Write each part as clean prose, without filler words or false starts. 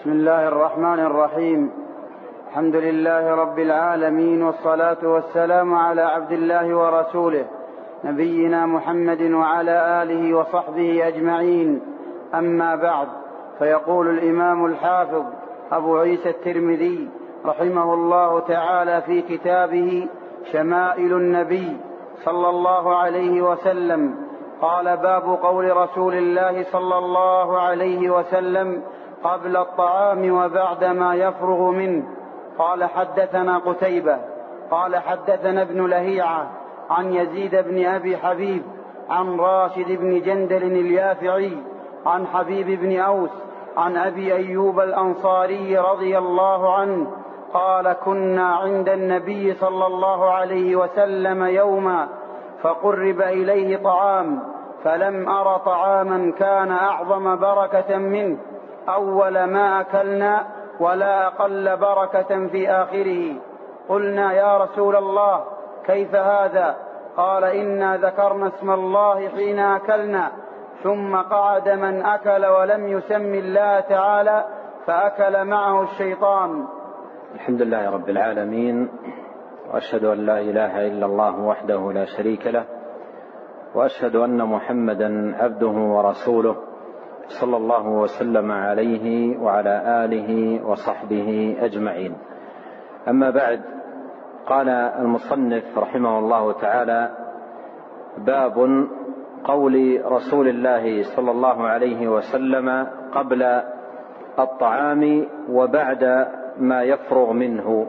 بسم الله الرحمن الرحيم. الحمد لله رب العالمين، والصلاة والسلام على عبد الله ورسوله نبينا محمد وعلى آله وصحبه أجمعين. أما بعد، فيقول الإمام الحافظ أبو عيسى الترمذي رحمه الله تعالى في كتابه شمائل النبي صلى الله عليه وسلم قال: باب قول رسول الله صلى الله عليه وسلم قبل الطعام وبعد ما يفرغ منه. قال: حدثنا قتيبة قال: حدثنا ابن لهيعة عن يزيد بن أبي حبيب عن راشد بن جندل اليافعي عن حبيب بن أوس عن أبي أيوب الأنصاري رضي الله عنه قال: كنا عند النبي صلى الله عليه وسلم يوما فقرب إليه طعام، فلم أر طعاما كان أعظم بركة منه أول ما أكلنا ولا أقل بركة في آخره. قلنا: يا رسول الله، كيف هذا؟ قال: إنا ذكرنا اسم الله حين أكلنا، ثم قعد من أكل ولم يسم الله تعالى فأكل معه الشيطان. الحمد لله رب العالمين، وأشهد أن لا إله إلا الله وحده لا شريك له، وأشهد أن محمدا عبده ورسوله صلى الله وسلم عليه وعلى آله وصحبه أجمعين. أما بعد، قال المصنف رحمه الله تعالى: باب قول رسول الله صلى الله عليه وسلم قبل الطعام وبعد ما يفرغ منه،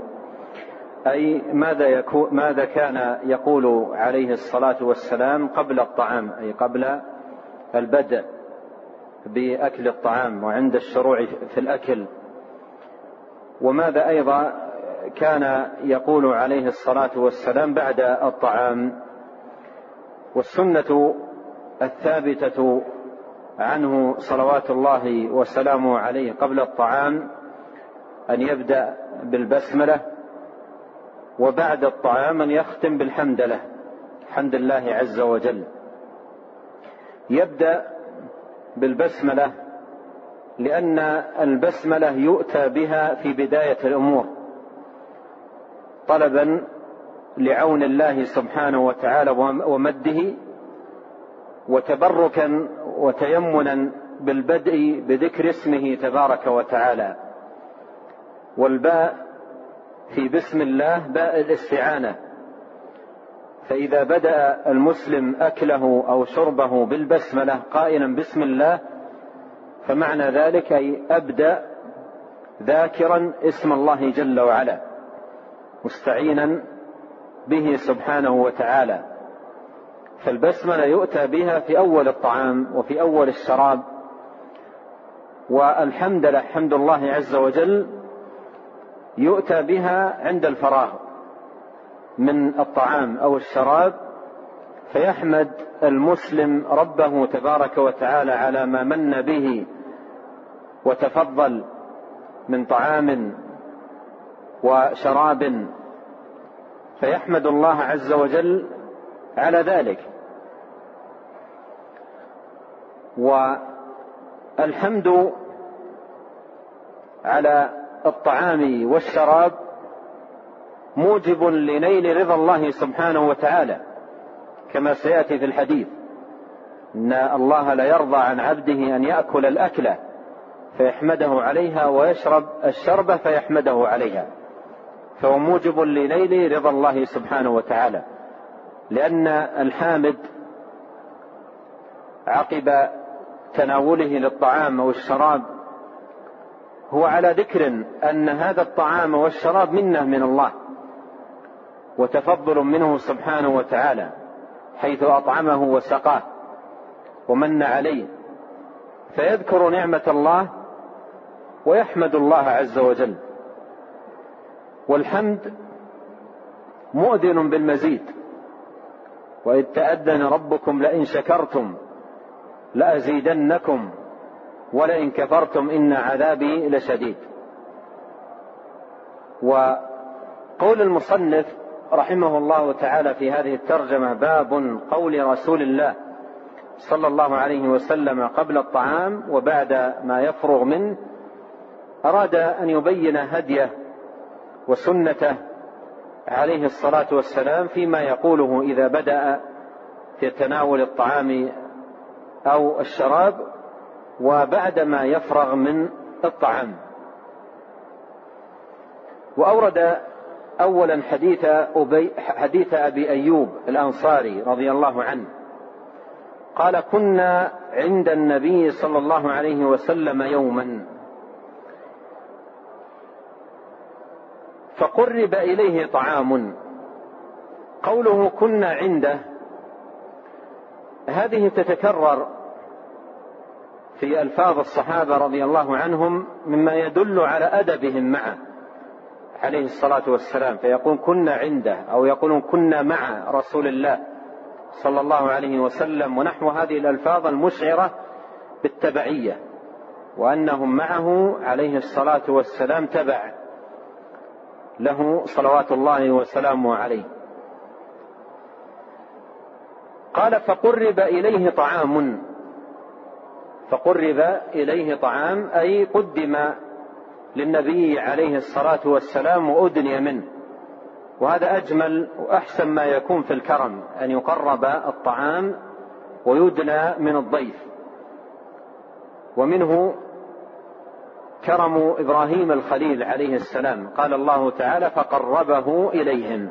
أي ماذا كان يقول عليه الصلاة والسلام قبل الطعام، أي قبل البدء بأكل الطعام وعند الشروع في الأكل، وماذا أيضا كان يقول عليه الصلاة والسلام بعد الطعام. والسنة الثابتة عنه صلوات الله وسلامه عليه قبل الطعام أن يبدأ بالبسملة، وبعد الطعام أن يختم بالحمدلله، حمد الله عز وجل. يبدأ بالبسملة لأن البسملة يؤتى بها في بداية الأمور طلبا لعون الله سبحانه وتعالى ومده، وتبركا وتيمنا بالبدء بذكر اسمه تبارك وتعالى. والباء في بسم الله باء الاستعانة، فإذا بدأ المسلم أكله أو شربه بالبسملة قائلا بسم الله، فمعنى ذلك أي أبدأ ذاكرا اسم الله جل وعلا مستعينا به سبحانه وتعالى. فالبسملة يؤتى بها في أول الطعام وفي أول الشراب، والحمد لله حمد الله عز وجل يؤتى بها عند الفراغ من الطعام أو الشراب، فيحمد المسلم ربه تبارك وتعالى على ما من به وتفضل من طعام وشراب، فيحمد الله عز وجل على ذلك. والحمد على الطعام والشراب موجب لنيل رضا الله سبحانه وتعالى، كما سيأتي في الحديث إن الله لا يرضى عن عبده أن يأكل الأكلة فيحمده عليها ويشرب الشربة فيحمده عليها، فهو موجب لنيل رضا الله سبحانه وتعالى، لأن الحامد عقب تناوله للطعام أو الشراب هو على ذكر أن هذا الطعام والشراب منة من الله وتفضل منه سبحانه وتعالى، حيث أطعمه وسقاه ومن عليه، فيذكر نعمة الله ويحمد الله عز وجل. والحمد مؤذن بالمزيد، وإذ تأذن ربكم لئن شكرتم لأزيدنكم ولئن كفرتم إن عذابي لشديد. وقول المصنف رحمه الله تعالى في هذه الترجمة: باب قول رسول الله صلى الله عليه وسلم قبل الطعام وبعد ما يفرغ منه، أراد أن يبين هديه وسنته عليه الصلاة والسلام فيما يقوله إذا بدأ في تناول الطعام أو الشراب وبعدما يفرغ من الطعام. وأورد أولا حديث أبي أيوب الأنصاري رضي الله عنه قال: كنا عند النبي صلى الله عليه وسلم يوما فقرب إليه طعام. قوله كنا عنده هذه تتكرر في ألفاظ الصحابة رضي الله عنهم مما يدل على أدبهم معه عليه الصلاة والسلام، فيقول كنا عنده أو يقولون كنا مع رسول الله صلى الله عليه وسلم، ونحو هذه الألفاظ المشعرة بالتبعية وأنهم معه عليه الصلاة والسلام تبع له صلوات الله وسلامه عليه. قال: فقرب إليه طعام. فقرب إليه طعام أي قدم للنبي عليه الصلاة والسلام وأدني منه، وهذا أجمل وأحسن ما يكون في الكرم، أن يقرب الطعام ويدنى من الضيف. ومنه كرم إبراهيم الخليل عليه السلام، قال الله تعالى: فقربه إليهم.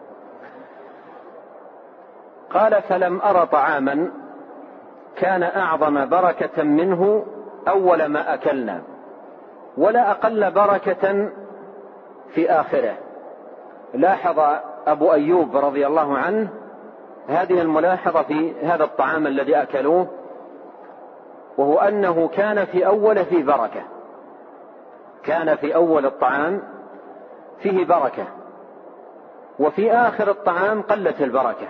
قال: فلم أر طعاما كان أعظم بركة منه أول ما أكلنا، ولا أقل بركة في آخره. لاحظ أبو أيوب رضي الله عنه هذه الملاحظة في هذا الطعام الذي أكلوه، وهو أنه كان في أول فيه بركة، كان في أول الطعام فيه بركة، وفي آخر الطعام قلت البركة.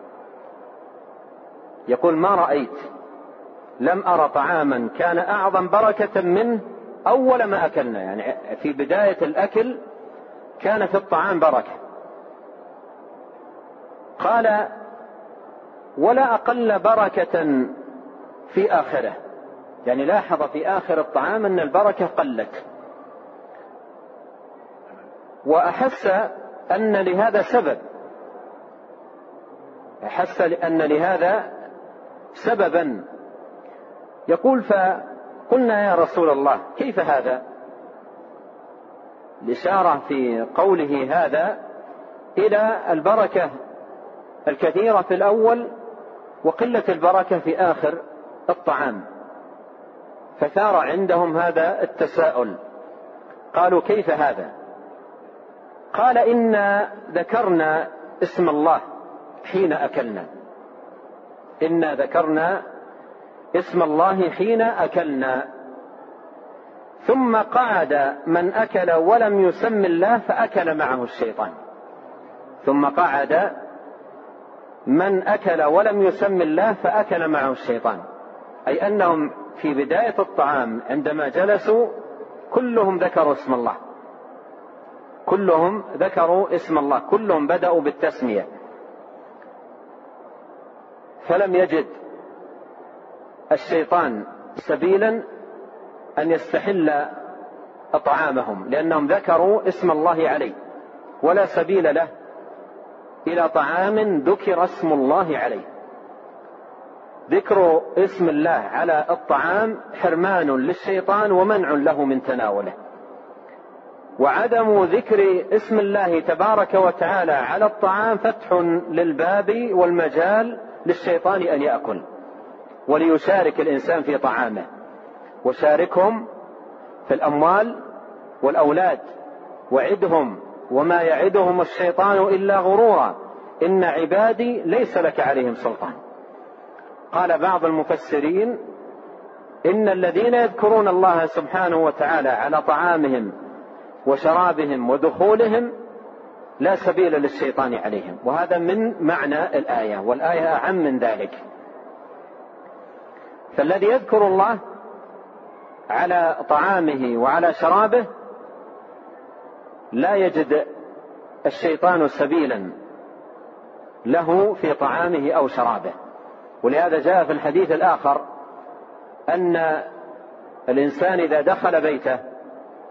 يقول: ما رأيت، لم أرى طعاما كان أعظم بركة منه أول ما أكلنا، يعني في بداية الأكل كان في الطعام بركة. قال: ولا أقل بركة في آخره، يعني لاحظ في آخر الطعام أن البركة قلت، وأحس أن لهذا سبب، أحس أن لهذا سببا. يقول: فقلنا يا رسول الله كيف هذا؟ الإشارة في قوله هذا إلى البركة الكثيرة في الأول وقلة البركة في آخر الطعام، فثار عندهم هذا التساؤل. قالوا: كيف هذا؟ قال: إنا ذكرنا اسم الله حين أكلنا، إنا ذكرنا اسم الله حين أكلنا، ثم قعد من أكل ولم يسم الله فأكل معه الشيطان. ثم قعد من أكل ولم يسم الله فأكل معه الشيطان، أي أنهم في بداية الطعام عندما جلسوا كلهم ذكروا اسم الله، كلهم ذكروا اسم الله، كلهم بدأوا بالتسمية، فلم يجد الشيطان سبيلا أن يستحل طعامهم، لأنهم ذكروا اسم الله عليه، ولا سبيل له إلى طعام ذكر اسم الله عليه. ذكر اسم الله على الطعام حرمان للشيطان ومنع له من تناوله، وعدم ذكر اسم الله تبارك وتعالى على الطعام فتح للباب والمجال للشيطان أن يأكل وليشارك الإنسان في طعامه. وشاركهم في الأموال والأولاد، وعدهم وما يعدهم الشيطان إلا غرورا، إن عبادي ليس لك عليهم سلطان. قال بعض المفسرين: إن الذين يذكرون الله سبحانه وتعالى على طعامهم وشرابهم ودخولهم لا سبيل للشيطان عليهم، وهذا من معنى الآية، والآية أعم من ذلك. فالذي يذكر الله على طعامه وعلى شرابه لا يجد الشيطان سبيلا له في طعامه أو شرابه. ولهذا جاء في الحديث الآخر أن الإنسان إذا دخل بيته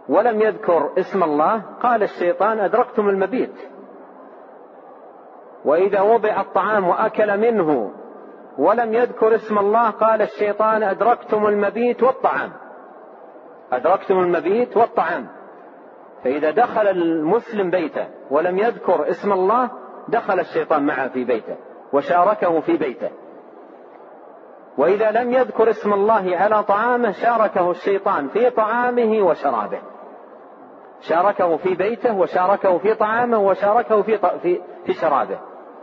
ولم يذكر اسم الله قال الشيطان أدركتم المبيت. وإذا وضع الطعام وأكل منه ولم يذكر اسم الله قال الشيطان أدركتم المبيت والطعام. أدركتم المبيت والطعام. فإذا دخل المسلم بيته ولم يذكر اسم الله دخل الشيطان معه في بيته وشاركه في بيته. وإذا لم يذكر اسم الله على طعامه شاركه الشيطان في طعامه وشرابه. شاركه في بيته وشاركه في طعامه وشاركه في شرابه.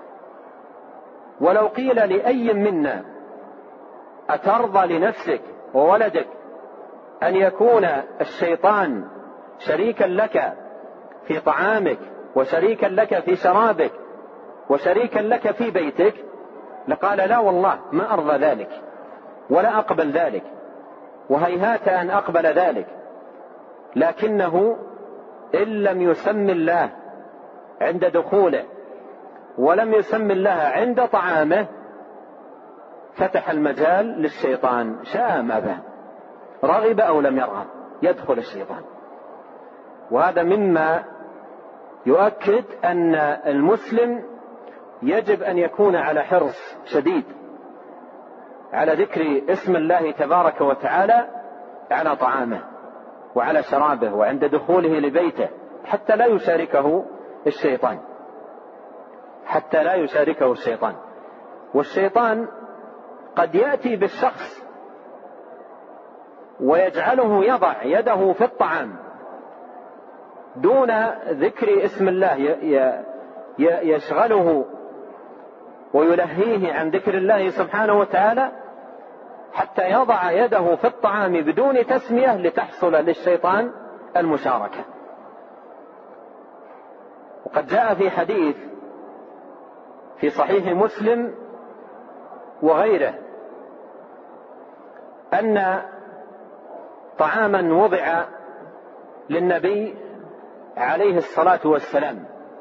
ولو قيل لأي منا أترضى لنفسك وولدك أن يكون الشيطان شريكا لك في طعامك وشريكا لك في شرابك وشريكا لك في بيتك، لقال لا والله ما أرضى ذلك ولا أقبل ذلك، وهيهات أن أقبل ذلك. لكنه إن لم يسم الله عند دخوله ولم يسم الله عند طعامه فتح المجال للشيطان شاء أم أبى، رغب أو لم يرغب يدخل الشيطان. وهذا مما يؤكد أن المسلم يجب أن يكون على حرص شديد على ذكر اسم الله تبارك وتعالى على طعامه وعلى شرابه وعند دخوله لبيته حتى لا يشاركه الشيطان، حتى لا يشاركه الشيطان. والشيطان قد يأتي بالشخص ويجعله يضع يده في الطعام دون ذكر اسم الله، يشغله ويلهيه عن ذكر الله سبحانه وتعالى حتى يضع يده في الطعام بدون تسمية لتحصل للشيطان المشاركة. وقد جاء في حديث في صحيح مسلم وغيره أن طعاما وضع للنبي عليه الصلاة والسلام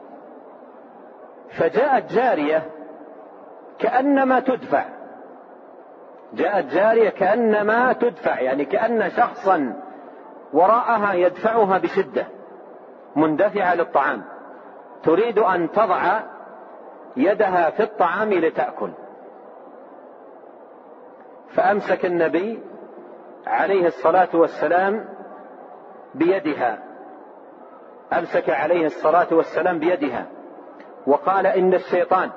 فجاءت جارية كأنما تدفع، جاءت جارية كأنما تدفع، يعني كأن شخصا وراءها يدفعها بشدة مندفعة للطعام تريد أن تضع يدها في الطعام لتأكل. فأمسك النبي عليه الصلاة والسلام بيدها، أمسك عليه الصلاة والسلام بيدها وقال إن الشيطان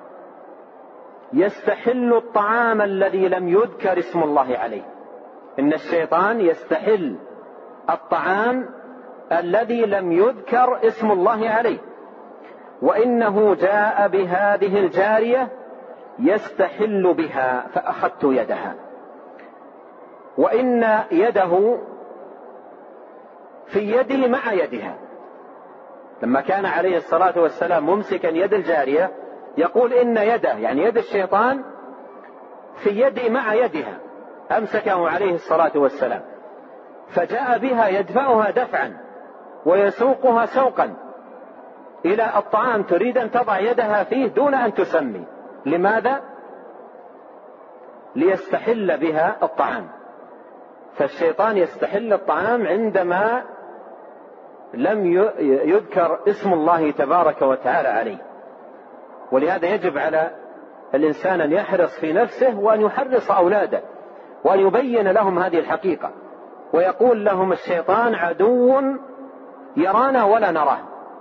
يستحل الطعام الذي لم يذكر اسم الله عليه، إن الشيطان يستحل الطعام الذي لم يذكر اسم الله عليه، وإنه جاء بهذه الجارية يستحل بها فأخذت يدها، وإن يده في يدي مع يدها. لما كان عليه الصلاة والسلام ممسكا يد الجارية يقول إن يده يعني يد الشيطان في يدي مع يدها، أمسكه عليه الصلاة والسلام فجاء بها يدفعها دفعا ويسوقها سوقا إلى الطعام تريد أن تضع يدها فيه دون أن تسمي. لماذا؟ ليستحل بها الطعام. فالشيطان يستحل الطعام عندما لم يذكر اسم الله تبارك وتعالى عليه. ولهذا يجب على الإنسان أن يحرص في نفسه وأن يحرص أولاده وأن يبين لهم هذه الحقيقة ويقول لهم الشيطان عدو يرانا ولا نراه،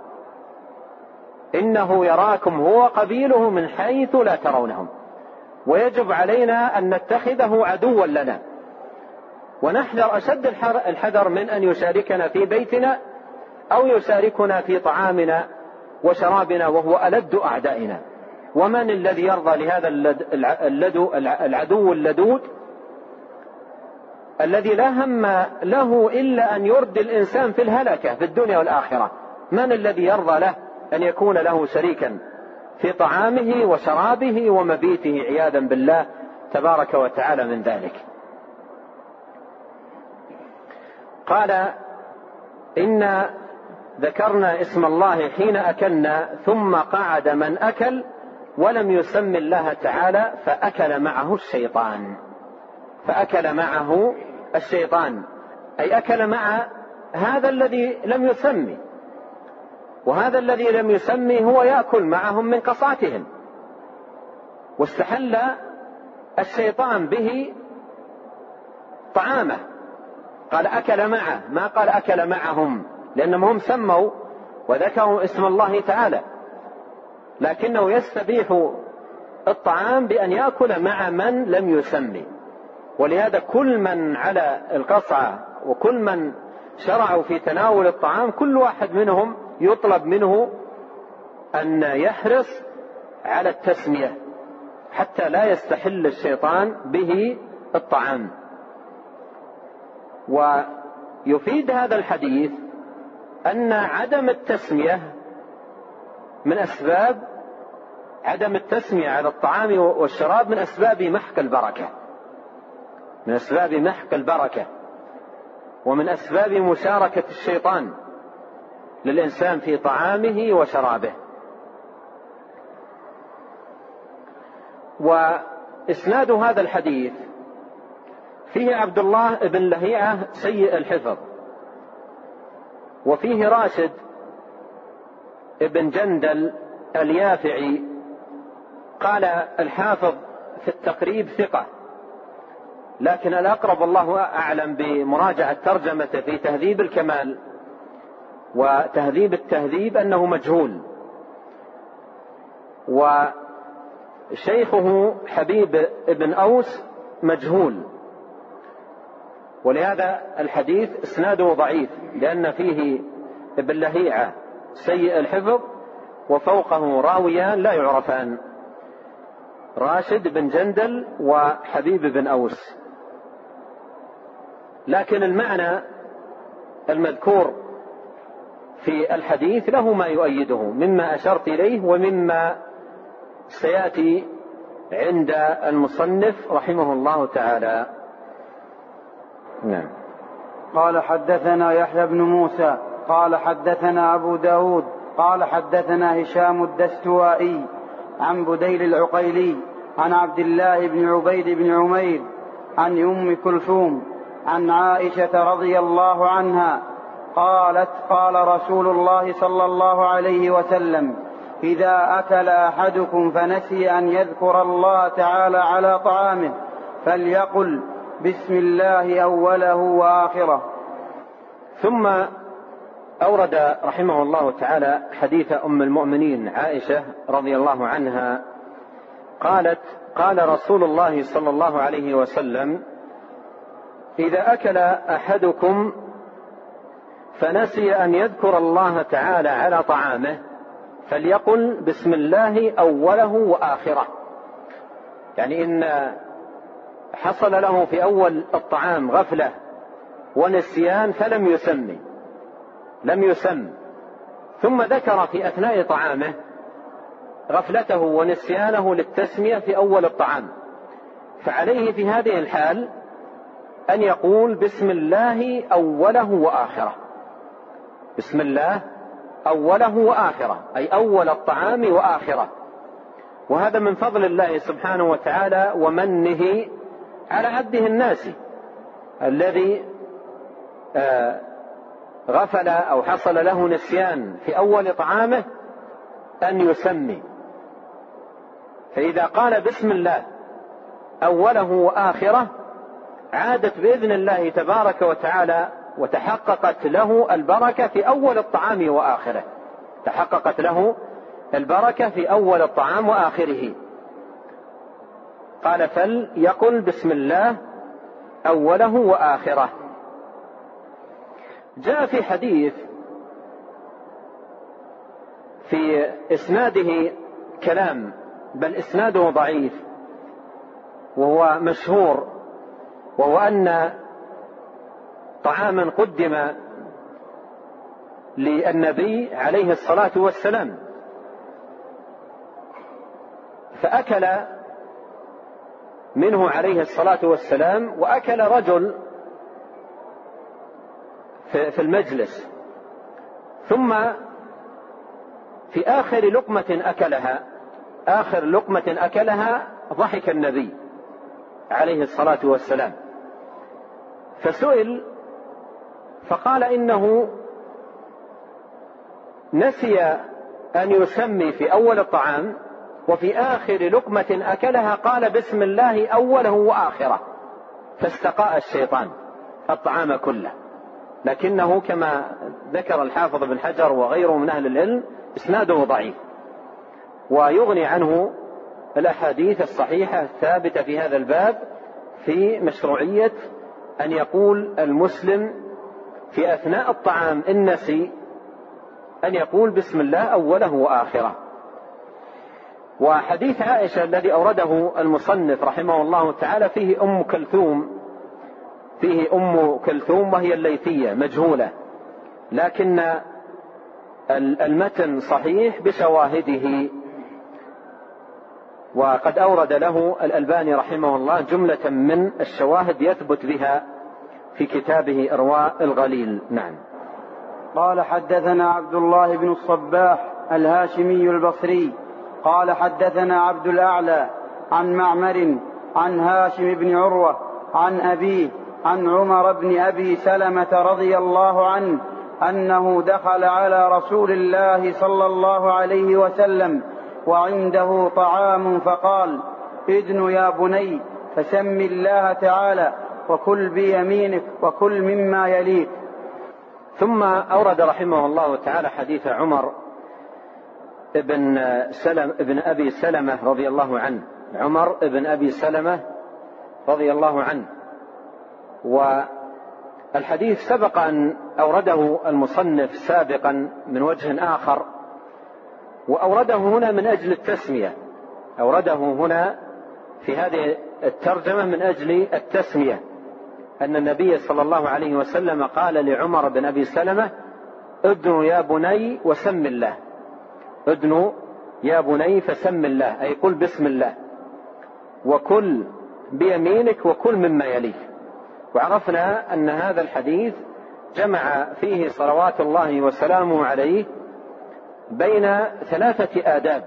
إنه يراكم هو قبيله من حيث لا ترونهم، ويجب علينا أن نتخذه عدوا لنا ونحذر أشد الحذر من أن يشاركنا في بيتنا أو يشاركنا في طعامنا وشرابنا وهو ألد أعدائنا. ومن الذي يرضى لهذا العدو اللدود الذي لا هم له إلا أن يردي الإنسان في الهلكة في الدنيا والآخرة؟ من الذي يرضى له أن يكون له شريكا في طعامه وشرابه ومبيته عياذا بالله تبارك وتعالى من ذلك؟ قال إن ذكرنا اسم الله حين أكلنا ثم قعد من أكل ولم يسم الله تعالى فأكل معه الشيطان. فأكل معه الشيطان أي أكل مع هذا الذي لم يسمي، وهذا الذي لم يسمي هو يأكل معهم من قصاتهم، واستحل الشيطان به طعامه، قال أكل معه، ما قال أكل معهم، لأنهم هم سموا وذكروا اسم الله تعالى، لكنه يستبيح الطعام بأن يأكل مع من لم يسمي. ولهذا كل من على القصعة وكل من شرعوا في تناول الطعام كل واحد منهم يطلب منه أن يحرص على التسمية حتى لا يستحل الشيطان به الطعام. ويفيد هذا الحديث أن عدم التسمية من أسباب عدم التسمية على الطعام والشراب من أسباب محق البركة، من أسباب محق البركة، ومن أسباب مشاركة الشيطان للإنسان في طعامه وشرابه. وإسناد هذا الحديث فيه عبد الله بن لهيعة سيء الحفظ، وفيه راشد بن جندل اليافعي، قال الحافظ في التقريب ثقة، لكن الأقرب الله أعلم بمراجعة ترجمته في تهذيب الكمال وتهذيب التهذيب أنه مجهول، وشيخه حبيب بن أوس مجهول، ولهذا الحديث اسناده ضعيف لأن فيه ابن لهيعة سيء الحفظ وفوقه راويان لا يعرفان، راشد بن جندل وحبيب بن أوس. لكن المعنى المذكور في الحديث له ما يؤيده مما أشرت إليه ومما سيأتي عند المصنف رحمه الله تعالى. نعم. قال حدثنا يحيى بن موسى قال حدثنا أبو داود قال حدثنا هشام الدستوائي عن بديل العقيلي عن عبد الله بن عبيد بن عمير عن أم كلثوم عن عائشة رضي الله عنها قالت قال رسول الله صلى الله عليه وسلم إذا أكل أحدكم فنسي أن يذكر الله تعالى على طعامه فليقل بسم الله أوله وآخره. ثم أورد رحمه الله تعالى حديث أم المؤمنين عائشة رضي الله عنها قالت قال رسول الله صلى الله عليه وسلم إذا أكل أحدكم فنسي أن يذكر الله تعالى على طعامه فليقل بسم الله أوله وآخره، يعني إن حصل له في أول الطعام غفلة ونسيان فلم يسم، ثم ذكر في أثناء طعامه غفلته ونسيانه للتسمية في أول الطعام، فعليه في هذه الحال أن يقول بسم الله أوله وآخره، بسم الله أوله وآخره، أي أول الطعام وآخره. وهذا من فضل الله سبحانه وتعالى ومنه على عبده الناسي الذي غفل أو حصل له نسيان في أول طعامه أن يسمي، فإذا قال بسم الله أوله وآخره عادت بإذن الله تبارك وتعالى وتحققت له البركة في أول الطعام وآخره، تحققت له البركة في أول الطعام وآخره. قال فليقل بسم الله أوله وآخره. جاء في حديث في إسناده كلام، بل إسناده ضعيف وهو مشهور، وهو أن طعاما قدم للنبي عليه الصلاة والسلام فأكل منه عليه الصلاة والسلام، وأكل رجل في المجلس، ثم في آخر لقمة أكلها ضحك النبي عليه الصلاة والسلام، فسئل فقال إنه نسي أن يسمي في أول الطعام، وفي آخر لقمة أكلها قال بسم الله أوله وآخره، فاستقاء الشيطان الطعام كله. لكنه كما ذكر الحافظ بن حجر وغيره من أهل العلم إسناده ضعيف، ويغني عنه الأحاديث الصحيحة الثابتة في هذا الباب في مشروعية أن يقول المسلم في أثناء الطعام إن نسي أن يقول بسم الله أوله وآخره. وحديث عائشة الذي أورده المصنف رحمه الله تعالى فيه أم كلثوم وهي الليثية مجهولة، لكن المتن صحيح بشواهده، وقد أورد له الألباني رحمه الله جملة من الشواهد يثبت بها في كتابه إرواء الغليل. نعم. قال حدثنا عبد الله بن الصباح الهاشمي البصري قال حدثنا عبد الأعلى عن معمر عن هاشم بن عروة عن أبيه عن عمر بن أبي سلمة رضي الله عنه أنه دخل على رسول الله صلى الله عليه وسلم وعنده طعام فقال ادن يا بني فسم الله تعالى وكل بيمينك وكل مما يليك. ثم أورد رحمه الله تعالى حديث عمر ابن أبي سلمة رضي الله عنه. عمر ابن أبي سلمة رضي الله عنه، والحديث سبق أن أورده المصنف سابقا من وجه آخر، وأورده هنا من أجل التسمية، أورده هنا في هذه الترجمة من أجل التسمية، أن النبي صلى الله عليه وسلم قال لعمر بن أبي سلمة ادن يا بني وسم الله، ادن يا بني فسم الله، أي قل بسم الله وكل بيمينك وكل مما يليه. وعرفنا أن هذا الحديث جمع فيه صلوات الله وسلامه عليه بين 3 آداب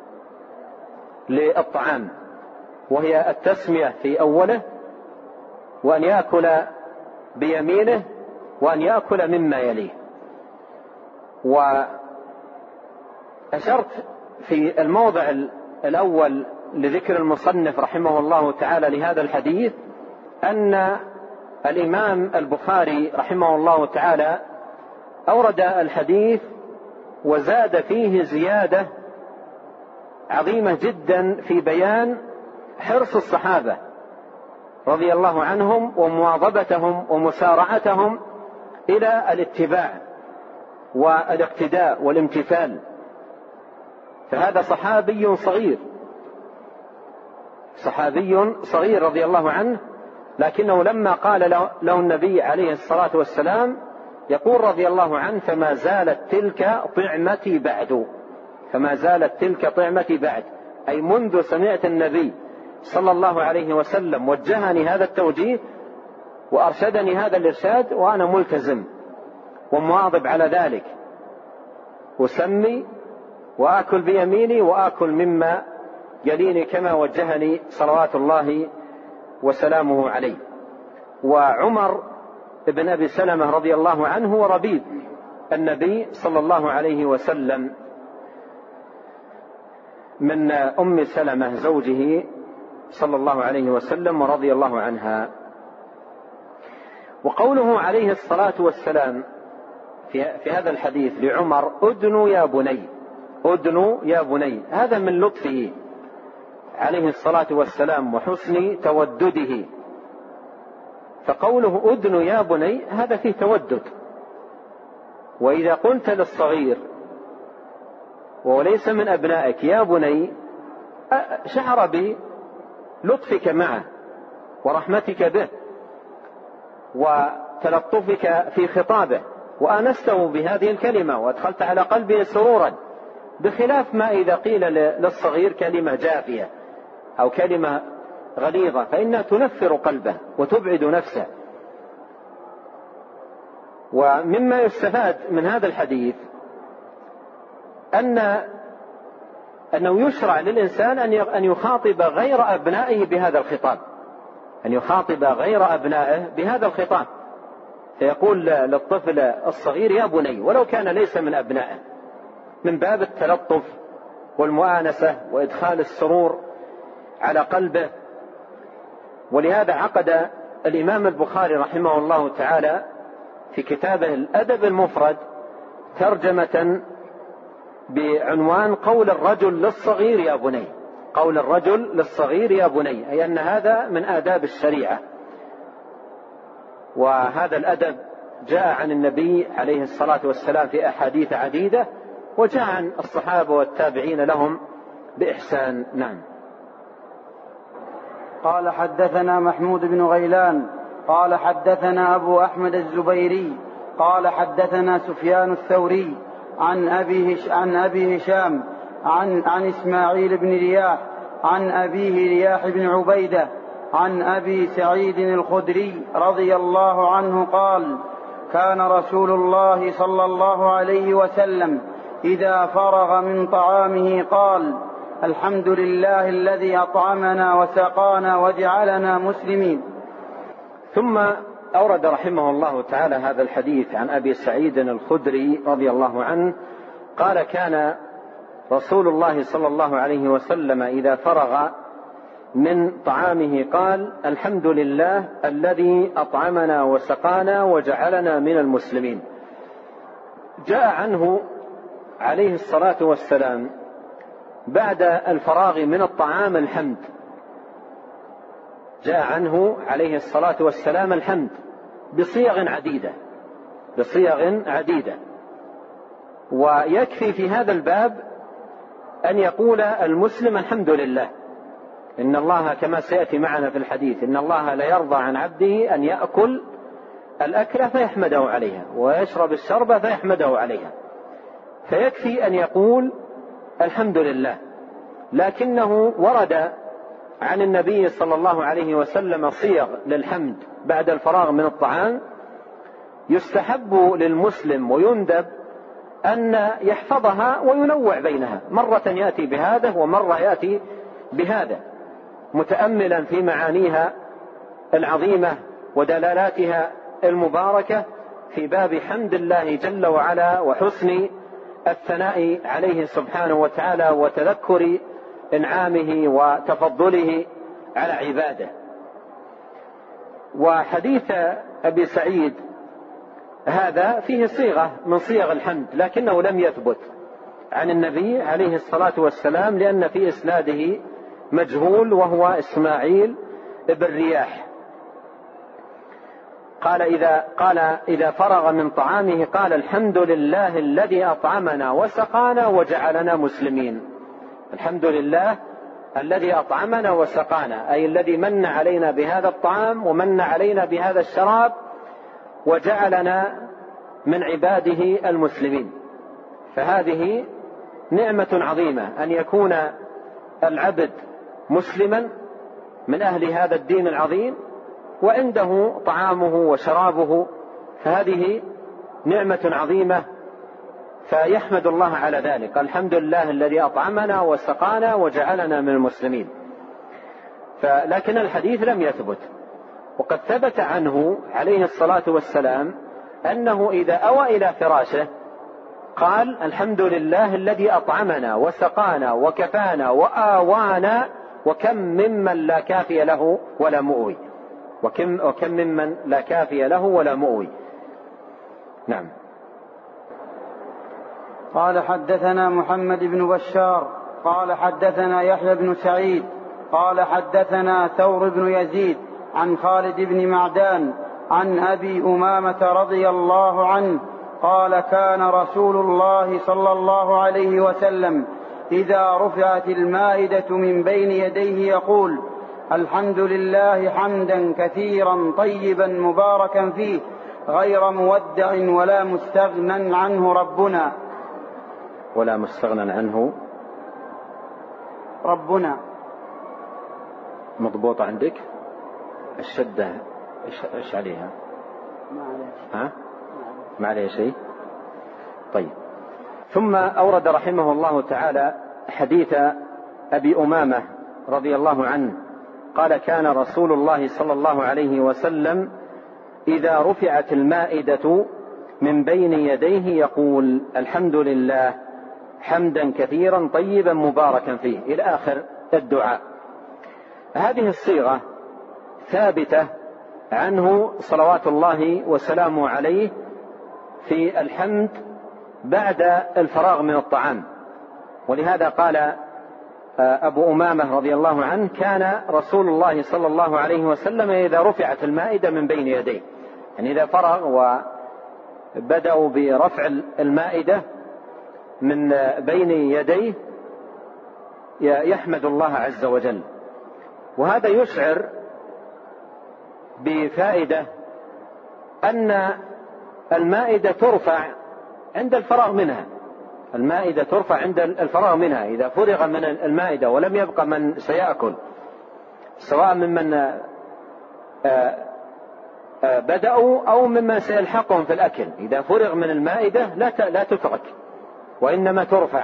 للطعام، وهي التسمية في أوله، وأن يأكل بيمينه، وأن يأكل مما يليه. وأشرت في الموضع الأول لذكر المصنف رحمه الله تعالى لهذا الحديث أن الإمام البخاري رحمه الله تعالى أورد الحديث وزاد فيه زيادة عظيمة جدا في بيان حرص الصحابة رضي الله عنهم ومواظبتهم ومسارعتهم إلى الاتباع والاقتداء والامتثال. فهذا صحابي صغير رضي الله عنه، لكنه لما قال له النبي عليه الصلاة والسلام يقول رضي الله عنه فما زالت تلك طعمتي بعد، فما زالت تلك طعمتي بعد، أي منذ سمعت النبي صلى الله عليه وسلم وجهني هذا التوجيه وأرشدني هذا الإرشاد وأنا ملتزم ومواظب على ذلك، أسمي وآكل بيميني وآكل مما يليني كما وجهني صلوات الله وسلامه عليه. وعمر ابن أبي سلمة رضي الله عنه هو ربيب النبي صلى الله عليه وسلم من أم سلمة زوجه صلى الله عليه وسلم ورضي الله عنها. وقوله عليه الصلاة والسلام في هذا الحديث لعمر ادنوا يا بني، ادنوا يا بني، هذا من لطفه عليه الصلاة والسلام وحسن تودده. فقوله ادنوا يا بني هذا فيه تودد. وإذا قلت للصغير وليس من أبنائك يا بني شعر بلطفك معه ورحمتك به وتلطفك في خطابه وآنسته بهذه الكلمة وأدخلت على قلبه سرورا، بخلاف ما إذا قيل للصغير كلمة جافية أو كلمة غليظة فإنها تنفر قلبه وتبعد نفسه. ومما يستفاد من هذا الحديث أنه يشرع للإنسان أن يخاطب غير أبنائه بهذا الخطاب، أن يخاطب غير أبنائه بهذا الخطاب. فيقول للطفل الصغير يا بني، ولو كان ليس من أبنائه، من باب التلطف والمؤانسة وإدخال السرور على قلبه. ولهذا عقد الإمام البخاري رحمه الله تعالى في كتابه الأدب المفرد ترجمة بعنوان قول الرجل للصغير يا بني. قول الرجل للصغير يا بني، أي أن هذا من آداب الشريعة. وهذا الأدب جاء عن النبي عليه الصلاة والسلام في أحاديث عديدة، وجاء عن الصحابة والتابعين لهم بإحسان. نعم. قال حدثنا محمود بن غيلان قال حدثنا أبو أحمد الزبيري قال حدثنا سفيان الثوري عن أبي هشام عن إسماعيل بن رياح عن أبيه رياح بن عبيدة عن أبي سعيد الخدري رضي الله عنه قال: كان رسول الله صلى الله عليه وسلم إذا فرغ من طعامه قال: الحمد لله الذي أطعمنا وسقانا وجعلنا مسلمين. ثم أورد رحمه الله تعالى هذا الحديث عن أبي سعيد الخدري رضي الله عنه قال: كان رسول الله صلى الله عليه وسلم إذا فرغ من طعامه قال: الحمد لله الذي أطعمنا وسقانا وجعلنا من المسلمين. جاء عنه عليه الصلاة والسلام بعد الفراغ من الطعام الحمد، جاء عنه عليه الصلاة والسلام الحمد بصيغ عديدة. ويكفي في هذا الباب أن يقول المسلم الحمد لله. إن الله كما سيأتي معنا في الحديث إن الله لا يرضى عن عبده أن يأكل الأكل فيحمده عليها ويشرب الشرب فيحمده عليها، فيكفي أن يقول الحمد لله. لكنه ورد عن النبي صلى الله عليه وسلم صيغ للحمد بعد الفراغ من الطعام يستحب للمسلم ويندب أن يحفظها وينوع بينها، مرة يأتي بهذا ومرة يأتي بهذا، متأملا في معانيها العظيمة ودلالاتها المباركة في باب حمد الله جل وعلا وحسن الثناء عليه سبحانه وتعالى وتذكر إنعامه وتفضله على عباده. وحديث أبي سعيد هذا فيه صيغة من صيغ الحمد، لكنه لم يثبت عن النبي عليه الصلاة والسلام، لأن في إسناده مجهول وهو إسماعيل بن رياح. قال إذا فرغ من طعامه قال: الحمد لله الذي أطعمنا وسقانا وجعلنا مسلمين. الحمد لله الذي أطعمنا وسقانا، أي الذي من علينا بهذا الطعام ومن علينا بهذا الشراب وجعلنا من عباده المسلمين. فهذه نعمة عظيمة أن يكون العبد مسلما من أهل هذا الدين العظيم وعنده طعامه وشرابه، فهذه نعمة عظيمة، فيحمد الله على ذلك. الحمد لله الذي أطعمنا وسقانا وجعلنا من المسلمين. لكن الحديث لم يثبت. وقد ثبت عنه عليه الصلاة والسلام أنه إذا أوى إلى فراشه قال: الحمد لله الذي أطعمنا وسقانا وكفانا وآوانا وكم ممن لا كافي له ولا مؤوي. وكم ممن لا كافي له ولا مؤوي. نعم. قال حدثنا محمد بن بشار قال حدثنا يحيى بن سعيد قال حدثنا ثور بن يزيد عن خالد بن معدان عن أبي أمامة رضي الله عنه قال: كان رسول الله صلى الله عليه وسلم إذا رفعت المائدة من بين يديه يقول: الحمد لله حمدا كثيرا طيبا مباركا فيه غير مودع ولا مستغنى عنه ربنا. ولا مستغنى عنه ربنا مضبوط عندك؟ الشدة إيش عليها؟ ما عليها شيء. طيب. ثم أورد رحمه الله تعالى حديث أبي أمامة رضي الله عنه قال: كان رسول الله صلى الله عليه وسلم إذا رفعت المائدة من بين يديه يقول الحمد لله حمدا كثيرا طيبا مباركا فيه إلى آخر الدعاء. هذه الصيغة ثابتة عنه صلوات الله وسلامه عليه في الحمد بعد الفراغ من الطعام. ولهذا قال أبو أمامة رضي الله عنه كان رسول الله صلى الله عليه وسلم إذا رفعت المائدة من بين يديه، يعني إذا فرغ وبدأوا برفع المائدة من بين يديه يحمد الله عز وجل. وهذا يشعر بفائدة أن المائدة ترفع عند الفراغ منها، المائدة ترفع عند الفراغ منها. إذا فرغ من المائدة ولم يبقى من سيأكل سواء ممن بدأوا أو ممن سيلحقهم في الأكل، إذا فرغ من المائدة لا تترك وإنما ترفع.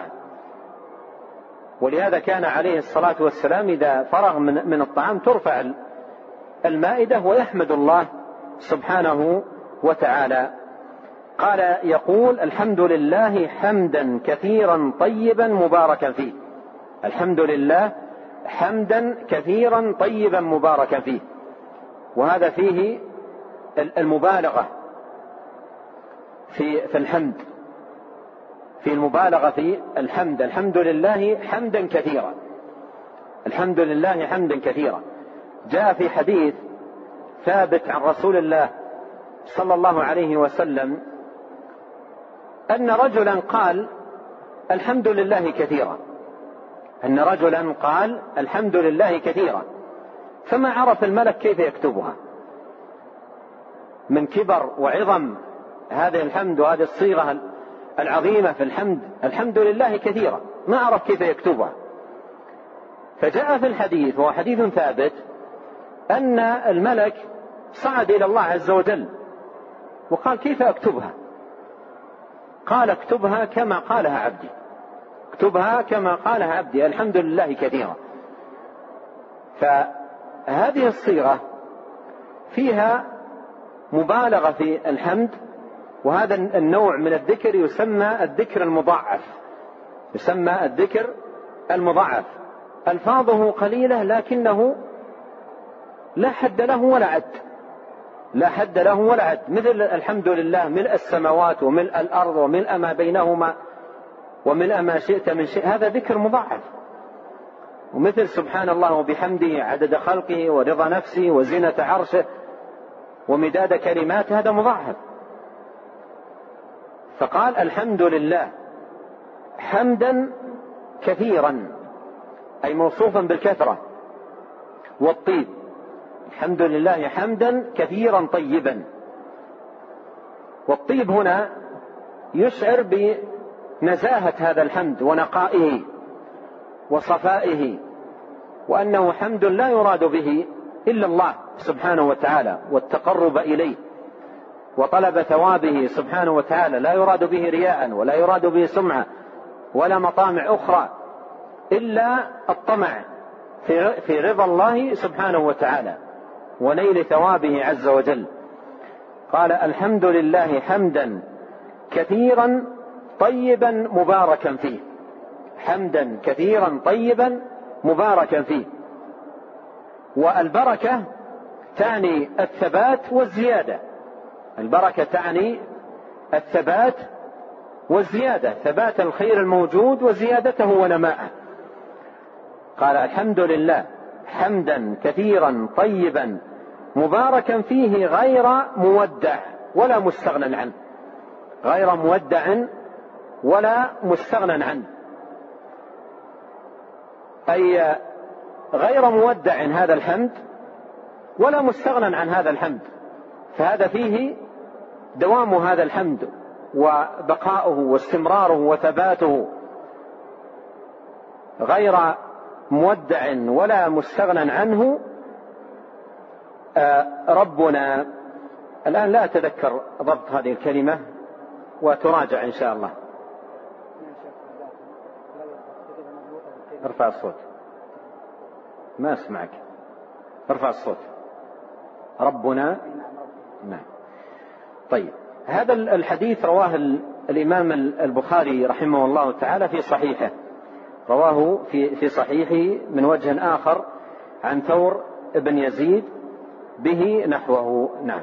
ولهذا كان عليه الصلاة والسلام إذا فرغ من الطعام ترفع المائدة ويحمد الله سبحانه وتعالى. قال يقول الحمد لله حمدا كثيرا طيبا مباركا فيه، الحمد لله حمدا كثيرا طيبا مباركا فيه. وهذا فيه المبالغة في الحمد، في المبالغة في الحمد. الحمد لله حمدا كثيرا، الحمد لله حمدا كثيرا. جاء في حديث ثابت عن رسول الله صلى الله عليه وسلم أن رجلا قال الحمد لله كثيرا، أن رجلا قال الحمد لله كثيرا، فما عرف الملك كيف يكتبها من كبر وعظم هذه الحمد وهذه الصيغة العظيمة في الحمد، الحمد لله كثيرا، ما عرف كيف يكتبها. فجاء في الحديث وهو حديث ثابت أن الملك صعد إلى الله عز وجل وقال كيف أكتبها؟ قال اكتبها كما قالها عبدي، اكتبها كما قالها عبدي، الحمد لله كثيرا. فهذه الصيغة فيها مبالغة في الحمد، وهذا النوع من الذكر يسمى الذكر المضاعف، يسمى الذكر المضاعف. ألفاظه قليلة لكنه لا حد له ولا عد، لا حد له ولا عد، مثل الحمد لله ملء السماوات وملء الأرض وملء ما بينهما وملء ما شئت من شيء، هذا ذكر مضاعف. ومثل سبحان الله وبحمده عدد خلقه ورضا نفسه وزنة عرشه ومداد كلماته، هذا مضاعف. فقال الحمد لله حمدا كثيرا، أي موصوفا بالكثرة والطيب، الحمد لله حمدا كثيرا طيبا. والطيب هنا يشعر بنزاهة هذا الحمد ونقائه وصفائه، وأنه حمد لا يراد به إلا الله سبحانه وتعالى والتقرب إليه وطلب ثوابه سبحانه وتعالى، لا يراد به رياء ولا يراد به سمعة ولا مطامع أخرى إلا الطمع في رضا الله سبحانه وتعالى ونيل ثوابه عز وجل. قال الحمد لله حمدا كثيرا طيبا مباركا فيه، حمدا كثيرا طيبا مباركا فيه. والبركة تعني الثبات والزيادة، البركة تعني الثبات والزيادة، ثبات الخير الموجود وزيادته ونماءه. قال الحمد لله حمدا كثيرا طيبا مباركا فيه غير مودع ولا مستغنى عنه، غير مودع ولا مستغنى عنه، أي غير مودع هذا الحمد ولا مستغنى عن هذا الحمد. فهذا فيه دوام هذا الحمد وبقاؤه واستمراره وثباته، غير مودع ولا مستغنى عنه. ربنا الآن لا أتذكر ضبط هذه الكلمة وتراجع إن شاء الله. ارفع الصوت، ما أسمعك، ارفع الصوت. ربنا، نعم. طيب، هذا الحديث رواه الإمام البخاري رحمه الله تعالى في صحيحه، رواه في صحيحه من وجه آخر عن ثور بن يزيد به نحوه. نعم.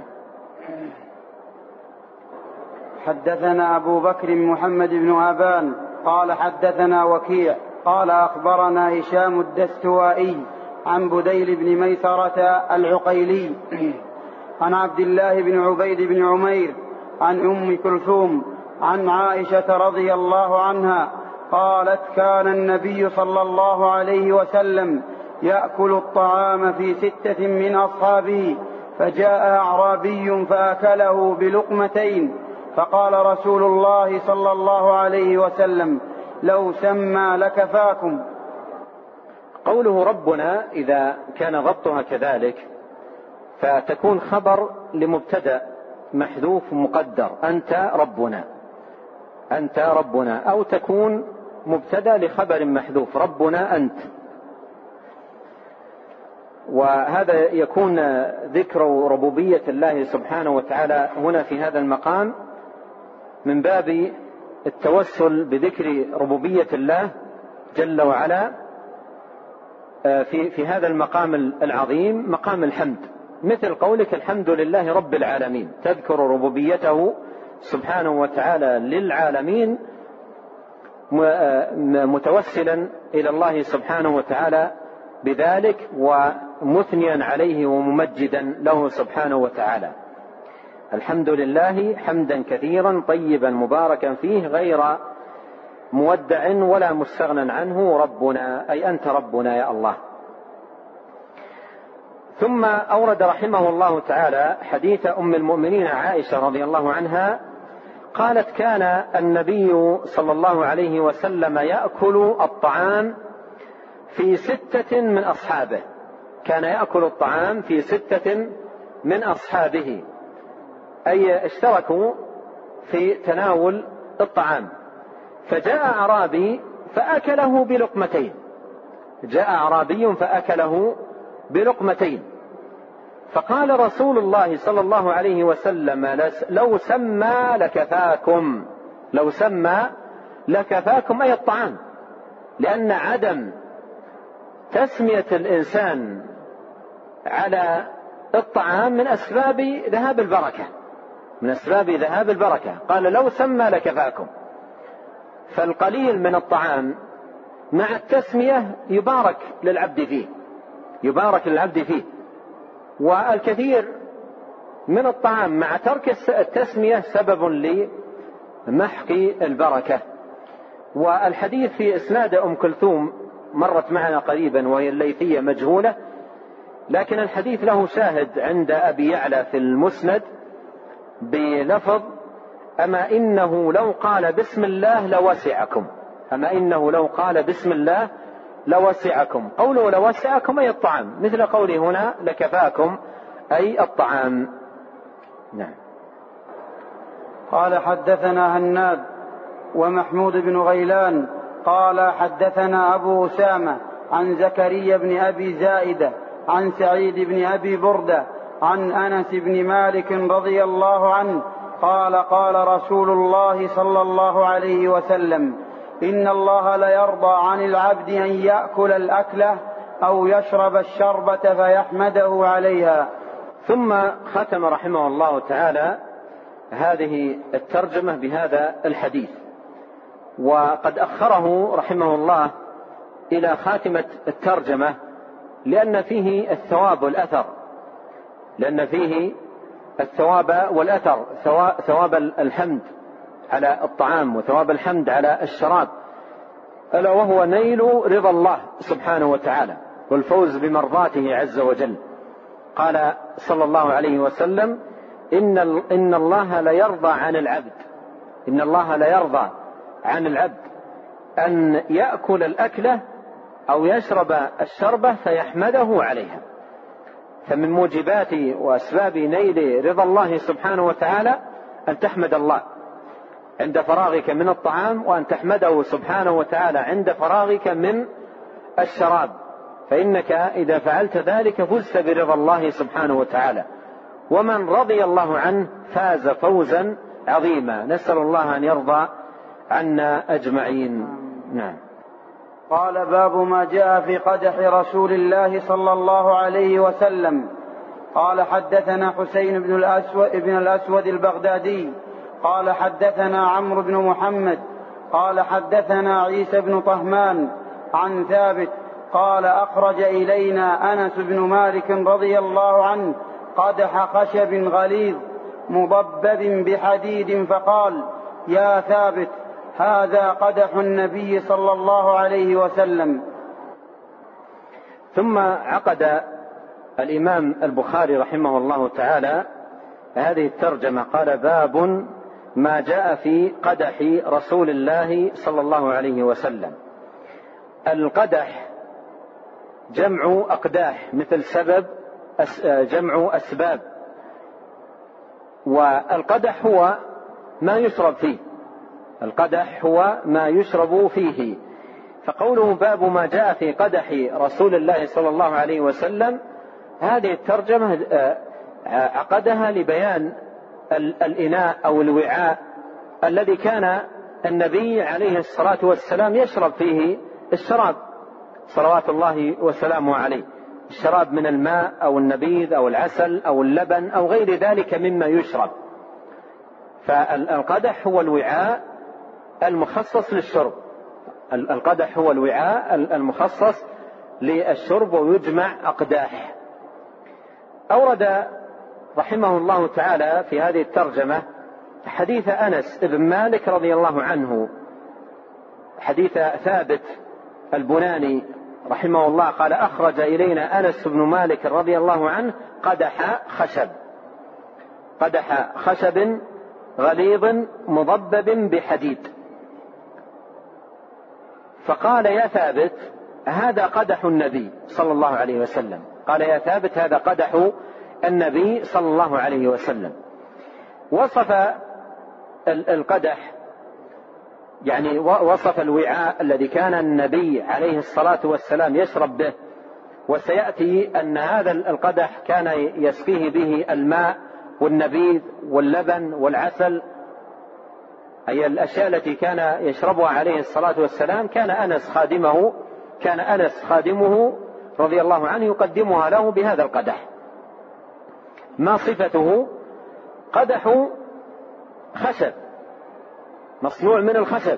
حدثنا أبو بكر محمد بن أبان قال حدثنا وكيع قال أخبرنا هشام الدستوائي عن بديل بن ميسرة العقيلي عن عبد الله بن عبيد بن عمير عن أم كلثوم عن عائشة رضي الله عنها قالت كان النبي صلى الله عليه وسلم يأكل الطعام في 6 من أصحابه، فجاء أعرابي فأكله بلقمتين، فقال رسول الله صلى الله عليه وسلم لو سمى لكفاكم. قوله ربنا إذا كان ضبطها كذلك فتكون خبر لمبتدأ محذوف مقدر، أنت ربنا، أنت ربنا، أو تكون مبتدأ لخبر محذوف، ربنا أنت. وهذا يكون ذكر ربوبية الله سبحانه وتعالى هنا في هذا المقام من باب التوسل بذكر ربوبية الله جل وعلا في هذا المقام العظيم، مقام الحمد، مثل قولك الحمد لله رب العالمين، تذكر ربوبيته سبحانه وتعالى للعالمين متوسلا إلى الله سبحانه وتعالى بذلك ومثنيا عليه وممجدا له سبحانه وتعالى. الحمد لله حمدا كثيرا طيبا مباركا فيه غير مودع ولا مستغنى عنه، ربنا أي أنت ربنا يا الله. ثم أورد رحمه الله تعالى حديث أم المؤمنين عائشة رضي الله عنها قالت كان النبي صلى الله عليه وسلم يأكل الطعام في 6 من أصحابه، كان يأكل الطعام في 6 من أصحابه، أي اشتركوا في تناول الطعام. فجاء أعرابي فأكله بلقمتين، جاء أعرابي فأكله بلقمتين، فقال رسول الله صلى الله عليه وسلم لو سمى لكفاكم، لو سمى لكفاكم أي الطعام، لأن عدم تسمية الإنسان على الطعام من أسباب ذهاب البركة، من أسباب ذهاب البركة. قال لو سمى لكفاكم، فالقليل من الطعام مع التسمية يبارك للعبد فيه، يبارك للعبد فيه، والكثير من الطعام مع ترك التسمية سبب لمحق البركة. والحديث في إسناد أم كلثوم مرت معنا قريبا وهي الليثية مجهولة، لكن الحديث له شاهد عند أبي يعلى في المسند بلفظ أما إنه لو قال بسم الله لوسعكم، أما إنه لو قال بسم الله لوسعكم. قوله لوسعكم أي الطعام، مثل قوله هنا لكفاكم أي الطعام. نعم. قال حدثنا هناد ومحمود بن غيلان قال حدثنا أبو أسامة عن زكريا بن أبي زائدة عن سعيد بن أبي بردة عن أنس بن مالك رضي الله عنه قال قال رسول الله صلى الله عليه وسلم إن الله ليرضى عن العبد أن يأكل الأكلة أو يشرب الشربة فيحمده عليها. ثم ختم رحمه الله تعالى هذه الترجمة بهذا الحديث، وقد أخره رحمه الله إلى خاتمة الترجمة لأن فيه الثواب والأثر، لأن فيه الثواب والأثر، ثواب الحمد على الطعام وثواب الحمد على الشراب، ألا وهو نيل رضا الله سبحانه وتعالى والفوز بمرضاته عز وجل. قال صلى الله عليه وسلم إن الله ليرضى عن العبد، إن الله ليرضى عن العبد أن يأكل الأكلة أو يشرب الشربة فيحمده عليها. فمن موجبات وأسباب نيل رضا الله سبحانه وتعالى أن تحمد الله عند فراغك من الطعام، وأن تحمده سبحانه وتعالى عند فراغك من الشراب، فإنك إذا فعلت ذلك فزت برضا الله سبحانه وتعالى ومن رضي الله عنه فاز فوزا عظيما. نسأل الله أن يرضى عنا أجمعين. نعم. قال باب ما جاء في قدح رسول الله صلى الله عليه وسلم. قال حدثنا حسين بن الأسود البغدادي قال حدثنا عمرو بن محمد قال حدثنا عيسى بن طهمان عن ثابت قال أخرج إلينا أنس بن مالك رضي الله عنه قدح خشب غليظ مضبب بحديد فقال: يا ثابت، هذا قدح النبي صلى الله عليه وسلم. ثم عقد الإمام البخاري رحمه الله تعالى هذه الترجمة، قال: باب ما جاء في قدح رسول الله صلى الله عليه وسلم. القدح جمع أقداح، مثل سبب جمع أسباب، والقدح هو ما يشرب فيه، القدح هو ما يشرب فيه. فقوله باب ما جاء في قدح رسول الله صلى الله عليه وسلم، هذه الترجمة عقدها لبيان الإناء أو الوعاء الذي كان النبي عليه الصلاة والسلام يشرب فيه الشراب صلوات الله وسلامه عليه، الشراب من الماء أو النبيذ أو العسل أو اللبن أو غير ذلك مما يشرب. فالقدح هو الوعاء المخصص للشرب، القدح هو الوعاء المخصص للشرب، ويجمع أقداح. أورد رحمه الله تعالى في هذه الترجمة حديث أنس بن مالك رضي الله عنه، حديث ثابت البناني رحمه الله، قال: أخرج إلينا أنس بن مالك رضي الله عنه قدح خشب غليظ مضبب بحديد، فقال: يا ثابت، هذا قدح النبي صلى الله عليه وسلم. قال: يا ثابت، هذا قدح النبي صلى الله عليه وسلم. وصف القدح، يعني وصف الوعاء الذي كان النبي عليه الصلاة والسلام يشرب به، وسيأتي أن هذا القدح كان يسقيه به الماء والنبيذ واللبن والعسل، أي الأشياء التي كان يشربها عليه الصلاة والسلام. كان أنس خادمه رضي الله عنه يقدمها له بهذا القدح. ما صفته؟ قدح خشب مصنوع من الخشب،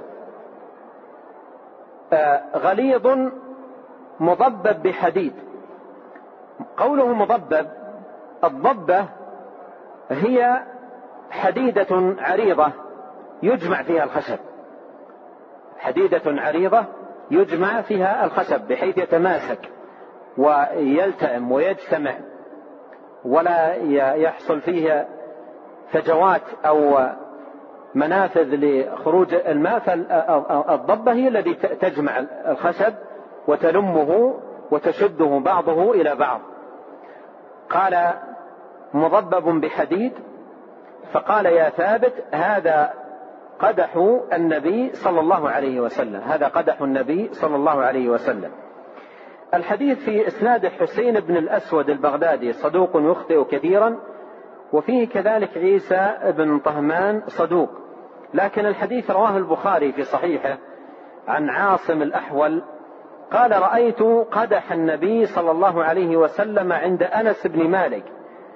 غليظ مضبب بحديد. قوله مضبب، الضبة هي حديدة عريضة يجمع فيها الخشب، حديدة عريضة يجمع فيها الخشب بحيث يتماسك ويلتئم ويجتمع ولا يحصل فيه فجوات أو منافذ لخروج الماء. فالضبة هي التي تجمع الخشب وتلمه وتشده بعضه إلى بعض. قال: مضبب بحديد، فقال: يا ثابت، هذا قدح النبي صلى الله عليه وسلم، هذا قدح النبي صلى الله عليه وسلم. الحديث في إسناد حسين بن الأسود البغدادي صدوق يخطئ كثيرا، وفيه كذلك عيسى بن طهمان صدوق، لكن الحديث رواه البخاري في صحيحه عن عاصم الأحول قال: رأيت قدح النبي صلى الله عليه وسلم عند أنس بن مالك،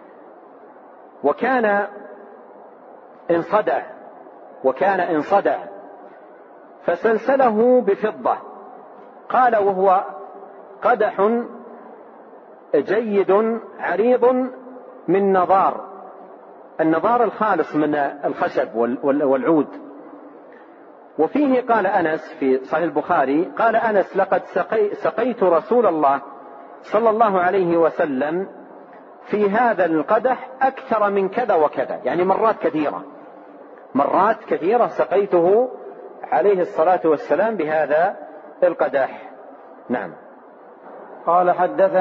وكان انصدع فسلسله بفضة. قال: وهو قدح جيد عريض من النضار الخالص من الخشب والعود. وفيه قال أنس في صحيح البخاري، قال أنس: لقد سقيت رسول الله صلى الله عليه وسلم في هذا القدح أكثر من كذا وكذا، يعني مرات كثيرة سقيته عليه الصلاة والسلام بهذا القدح. نعم. قال: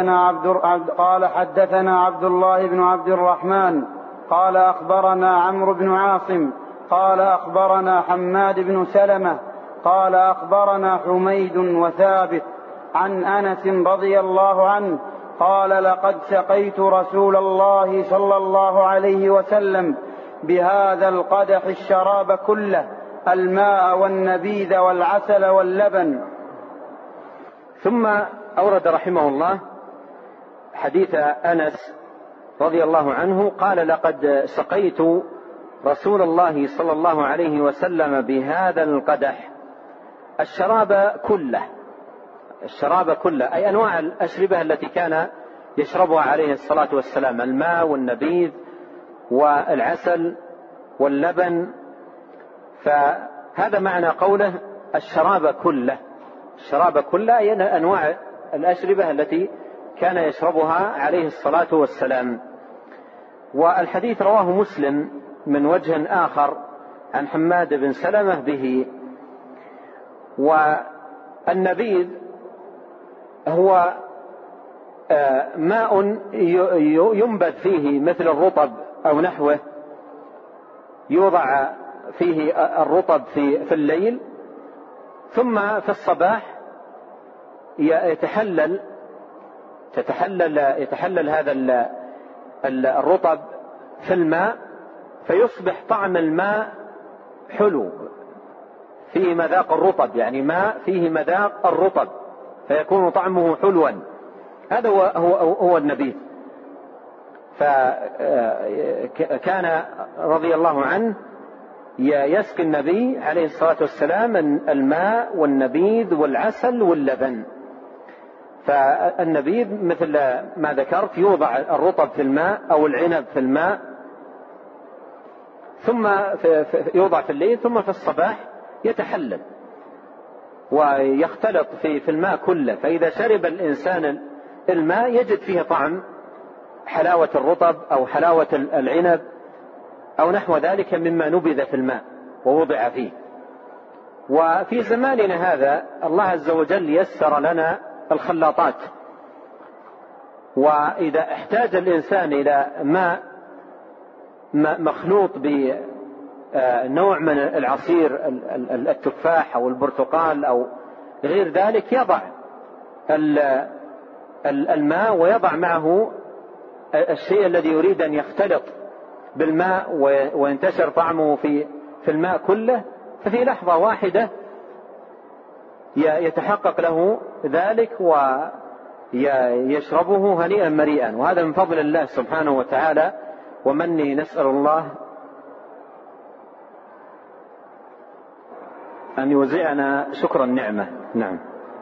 حدثنا عبد الله بن عبد الرحمن قال: أخبرنا عمرو بن عاصم قال: أخبرنا حماد بن سلمة قال: أخبرنا حميد وثابت عن أنس رضي الله عنه قال: لقد سقيت رسول الله صلى الله عليه وسلم بهذا القدح الشراب كله، الماء والنبيذ والعسل واللبن. ثم أورد رحمه الله حديث أنس رضي الله عنه قال: لقد سقيت رسول الله صلى الله عليه وسلم بهذا القدح الشراب كله، أي أنواع الأشربة التي كان يشربها عليه الصلاة والسلام، الماء والنبيذ والعسل واللبن. فهذا معنى قوله الشراب كله أي أنواع الأشربة التي كان يشربها عليه الصلاة والسلام. والحديث رواه مسلم من وجه آخر عن حماد بن سلمة به. والنبيذ هو ماء ينبذ فيه مثل الرطب أو نحوه، يوضع فيه الرطب في الليل، ثم في الصباح يتحلل هذا الرطب في الماء، فيصبح طعم الماء حلو، فيه مذاق الرطب، يعني ماء فيه مذاق الرطب فيكون طعمه حلوا. هذا هو النبيذ. فكان رضي الله عنه يسقي النبي عليه الصلاة والسلام الماء والنبيذ والعسل واللبن. فالنبيذ مثل ما ذكرت يوضع الرطب في الماء أو العنب في الماء، ثم يوضع في الليل، ثم في الصباح يتحلل ويختلط في الماء كله. فإذا شرب الإنسان الماء يجد فيه طعم حلاوة الرطب أو حلاوة العنب أو نحو ذلك مما نبذ في الماء ووضع فيه. وفي زماننا هذا الله عز وجل يسر لنا الخلاطات، وإذا احتاج الإنسان إلى ماء مخلوط بنوع من العصير التفاح أو البرتقال أو غير ذلك، يضع الماء ويضع معه الشيء الذي يريد أن يختلط بالماء وينتشر طعمه في الماء كله، ففي لحظة واحدة يتحقق له ذلك ويشربه هنيئا مريئا. وهذا من فضل الله سبحانه وتعالى ومنه، نسأل الله أن يوزعنا شكر النعمة. نعم.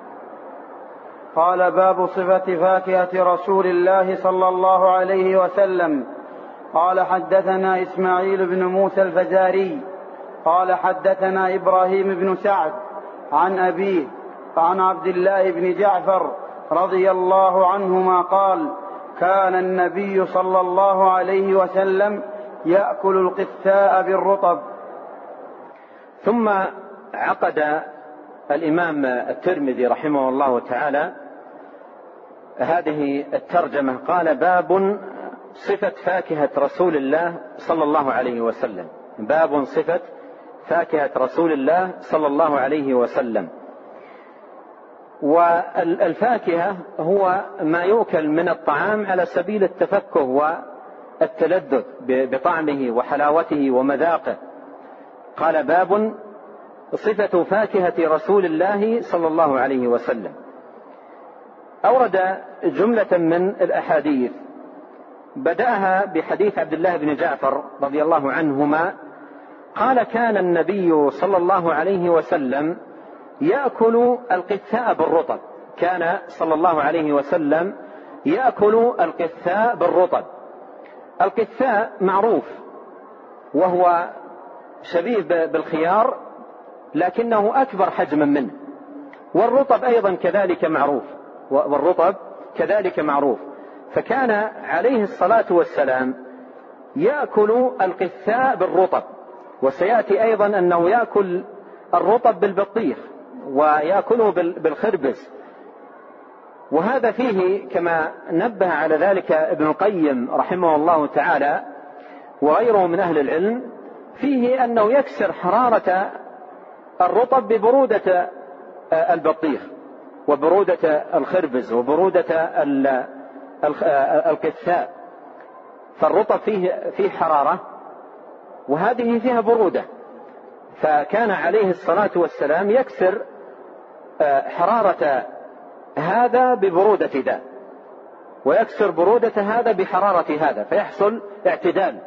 قال: باب صفة فاكهة رسول الله صلى الله عليه وسلم. قال: حدثنا إسماعيل بن موسى الفزاري قال: حدثنا إبراهيم بن سعد عن أبيه عن عبد الله بن جعفر رضي الله عنهما قال: كان النبي صلى الله عليه وسلم يأكل القثاء بالرطب. ثم عقد الإمام الترمذي رحمه الله تعالى هذه الترجمة، قال: باب صفة فاكهة رسول الله صلى الله عليه وسلم. باب صفة فاكهة رسول الله صلى الله عليه وسلم. والفاكهة هو ما يؤكل من الطعام على سبيل التفكه والتلذذ بطعمه وحلاوته ومذاقه. قال: باب صفة فاكهة رسول الله صلى الله عليه وسلم. أورد جملة من الأحاديث، بدأها بحديث عبد الله بن جعفر رضي الله عنهما قال: كان النبي صلى الله عليه وسلم يأكل القثاء بالرطب. كان صلى الله عليه وسلم يأكل القثاء بالرطب. القثاء معروف وهو شبيه بالخيار لكنه أكبر حجما منه، والرطب أيضا كذلك معروف. فكان عليه الصلاة والسلام يأكل القثاء بالرطب، وسيأتي أيضا أنه يأكل الرطب بالبطيخ ويأكله بالخربز. وهذا فيه كما نبه على ذلك ابن القيم رحمه الله تعالى وغيره من أهل العلم، فيه أنه يكسر حرارة الرطب ببرودة البطيخ وبرودة الخربز وبرودة القثاء، فالرطب فيه حرارة وهذه فيها برودة، فكان عليه الصلاة والسلام يكسر حرارة هذا ببرودة ذا، ويكسر برودة هذا بحرارة هذا، فيحصل اعتدال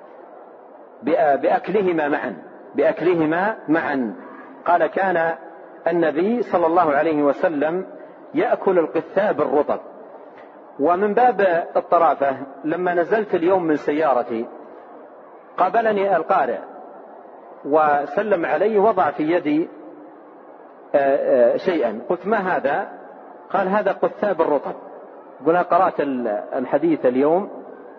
بأكلهما معا. قال كان النبي صلى الله عليه وسلم يأكل القثاء بالرطب. ومن باب الطرافة، لما نزلت اليوم من سيارتي قابلني القارئ وسلم علي، وضع في يدي شيئا، قلت ما هذا؟ قال هذا قثاء بالرطب. قلنا قرأت الحديث اليوم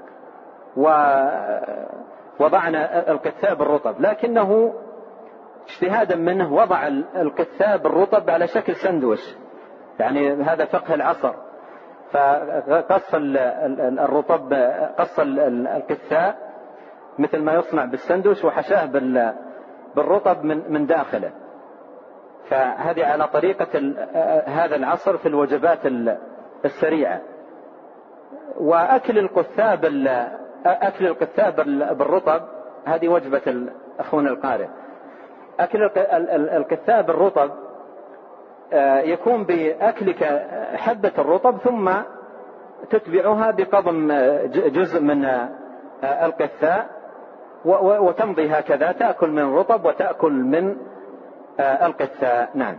ووضعنا القثاء بالرطب، لكنه اجتهادا منه وضع القثاء بالرطب على شكل سندويش، يعني هذا فقه العصر، فقص الرطب، قص القثاء مثل ما يصنع بالسندويش وحشاه بالرطب من داخله. فهذه على طريقة هذا العصر في الوجبات السريعة. وأكل القثاء بالرطب هذه وجبة أخونا القارئ. أكل القثاء بالرطب يكون بأكلك حبة الرطب ثم تتبعها بقضم جزء من القثاء وتمضي هكذا، تأكل من الرطب وتأكل من القثاء. نعم.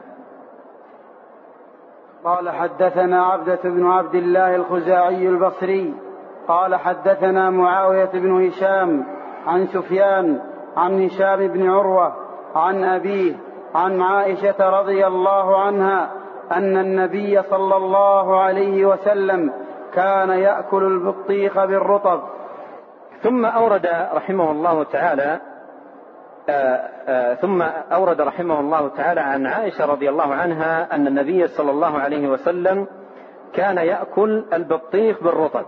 قال حدثنا عبدة بن عبد الله الخزاعي البصري قال حدثنا معاوية بن هشام عن سفيان عن هشام بن عروة عن أبيه عن عائشة رضي الله عنها أن النبي صلى الله عليه وسلم كان يأكل البطيخ بالرطب. ثم أورد رحمه الله تعالى عن عائشة رضي الله عنها أن النبي صلى الله عليه وسلم كان يأكل البطيخ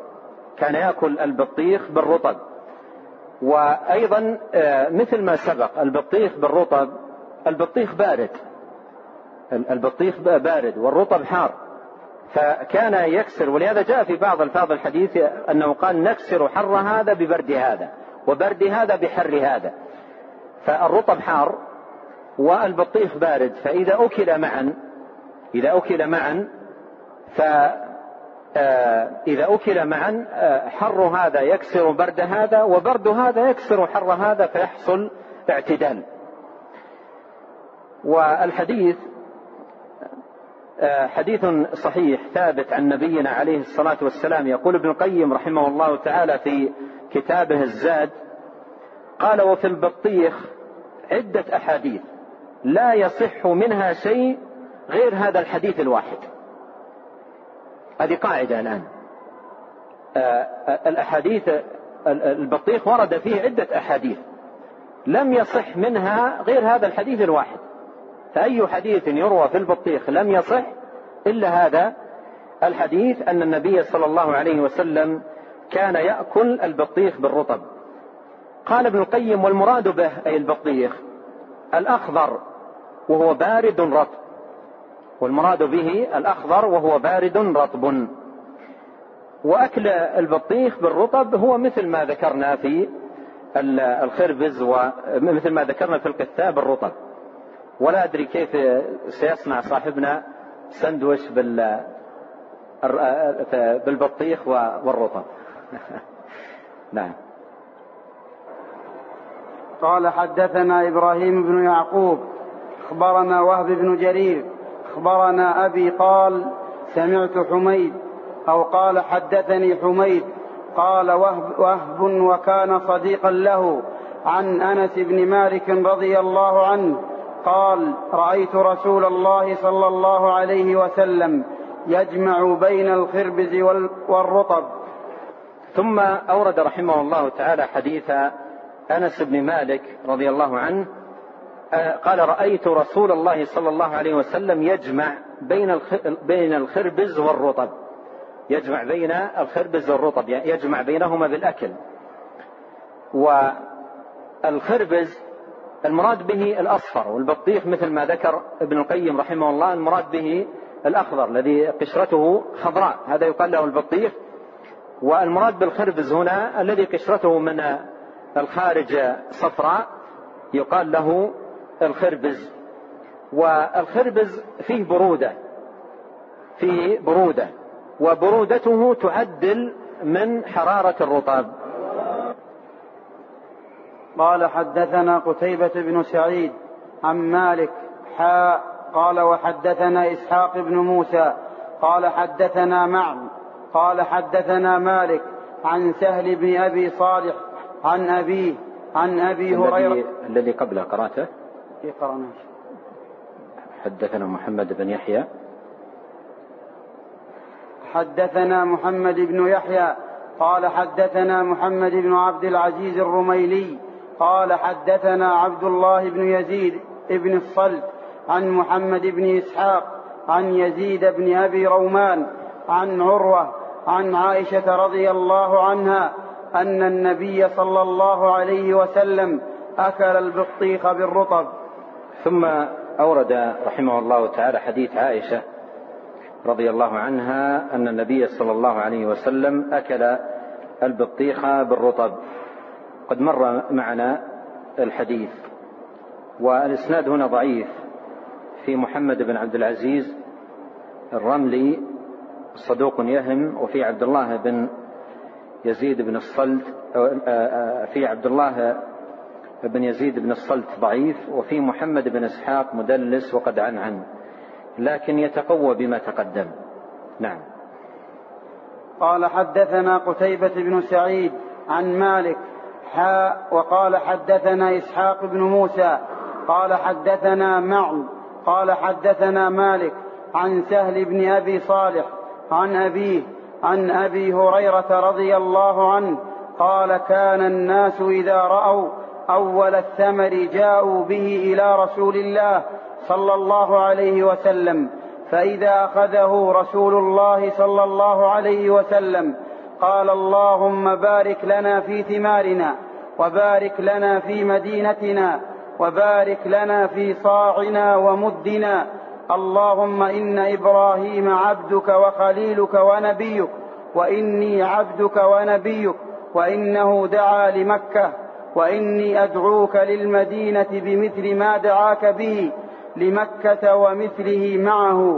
بالرطب. وأيضا مثل ما سبق البطيخ بالرطب، البطيخ بارد والرطب حار، فكان يكسر. ولهذا جاء في بعض الفاظ الحديث أنه قال نكسر حر هذا ببرد هذا وبرد هذا بحر هذا. فالرطب حار والبطيخ بارد، فإذا أكل معا حر هذا يكسر برد هذا وبرد هذا يكسر حر هذا، فيحصل اعتدال. والحديث حديث صحيح ثابت عن نبينا عليه الصلاة والسلام. يقول ابن القيم رحمه الله تعالى في كتابه الزاد، قال وفي البطيخ عدة أحاديث لا يصح منها شيء غير هذا الحديث الواحد. هذه قاعدة الآن، الأحاديث البطيخ ورد فيه عدة أحاديث لم يصح منها غير هذا الحديث الواحد. فأي حديث يروى في البطيخ لم يصح إلا هذا الحديث، أن النبي صلى الله عليه وسلم كان يأكل البطيخ بالرطب. قال ابن القيم والمراد به أي البطيخ الأخضر وهو بارد رطب، والمراد به الأخضر وهو بارد رطب. وأكل البطيخ بالرطب هو مثل ما ذكرنا في الخربز ومثل ما ذكرنا في القثاء بالرطب. ولا أدري كيف سيصنع صاحبنا سندويش بالبطيخ والرطب. نعم. قال حدثنا إبراهيم بن يعقوب أخبرنا وهب بن جرير أخبرنا أبي قال سمعت حميد أو قال حدثني حميد قال وهب وكان صديقا له عن أنس بن مالك رضي الله عنه قال رأيت رسول الله صلى الله عليه وسلم يجمع بين الخربز والرطب. ثم أورد رحمه الله تعالى حديث أنس بن مالك رضي الله عنه قال رأيت رسول الله صلى الله عليه وسلم يجمع بين الخربز والرطب، يجمع بين الخربز والرطب، يعني يجمع بينهما بالأكل. والخربز المراد به الأصفر، والبطيخ مثل ما ذكر ابن القيم رحمه الله المراد به الأخضر الذي قشرته خضراء، هذا يقال له البطيخ والمراد بالخربز هنا الذي قشرته من الخارج صفراء يقال له الخربز. والخربز فيه برودة وبرودته تعدل من حرارة الرطب. قال حدثنا قتيبة بن سعيد عن مالك قال وحدثنا إسحاق بن موسى قال حدثنا معن قال حدثنا مالك عن سهل بن أبي صالح عن أبيه عن أبي هريرة. الذي قبله قرأته قرأناه. حدثنا محمد بن يحيى حدثنا محمد بن يحيى قال حدثنا محمد بن عبد العزيز الرميلي قال حدثنا عبد الله بن يزيد بن الصلت عن محمد بن إسحاق عن يزيد بن أبي رومان عن عروة عن عائشة رضي الله عنها أن النبي صلى الله عليه وسلم أكل البطيخ بالرطب. ثم أورد رحمه الله تعالى حديث عائشة رضي الله عنها أن النبي صلى الله عليه وسلم أكل البطيخ بالرطب. قد مر معنا الحديث، والإسناد هنا ضعيف، في محمد بن عبد العزيز الرملي صدوق يهم، وفي عبد الله بن يزيد بن الصلت في عبد الله بن يزيد بن الصلت ضعيف، وفي محمد بن إسحاق مدلس وقد عنعن، لكن يتقوى بما تقدم. نعم. قال حدثنا قتيبة بن سعيد عن مالك وقال حدثنا إسحاق بن موسى قال حدثنا معن قال حدثنا مالك عن سهل بن أبي صالح عن أبيه عن أبي هريرة رضي الله عنه قال كان الناس إذا رأوا أول الثمر جاءوا به إلى رسول الله صلى الله عليه وسلم، فإذا أخذه رسول الله صلى الله عليه وسلم قال اللهم بارك لنا في ثمارنا وبارك لنا في مدينتنا وبارك لنا في صاعنا ومدنا، اللهم إن إبراهيم عبدك وخليلك ونبيك وإني عبدك ونبيك وإنه دعا لمكة وإني أدعوك للمدينة بمثل ما دعاك به لمكة ومثله معه،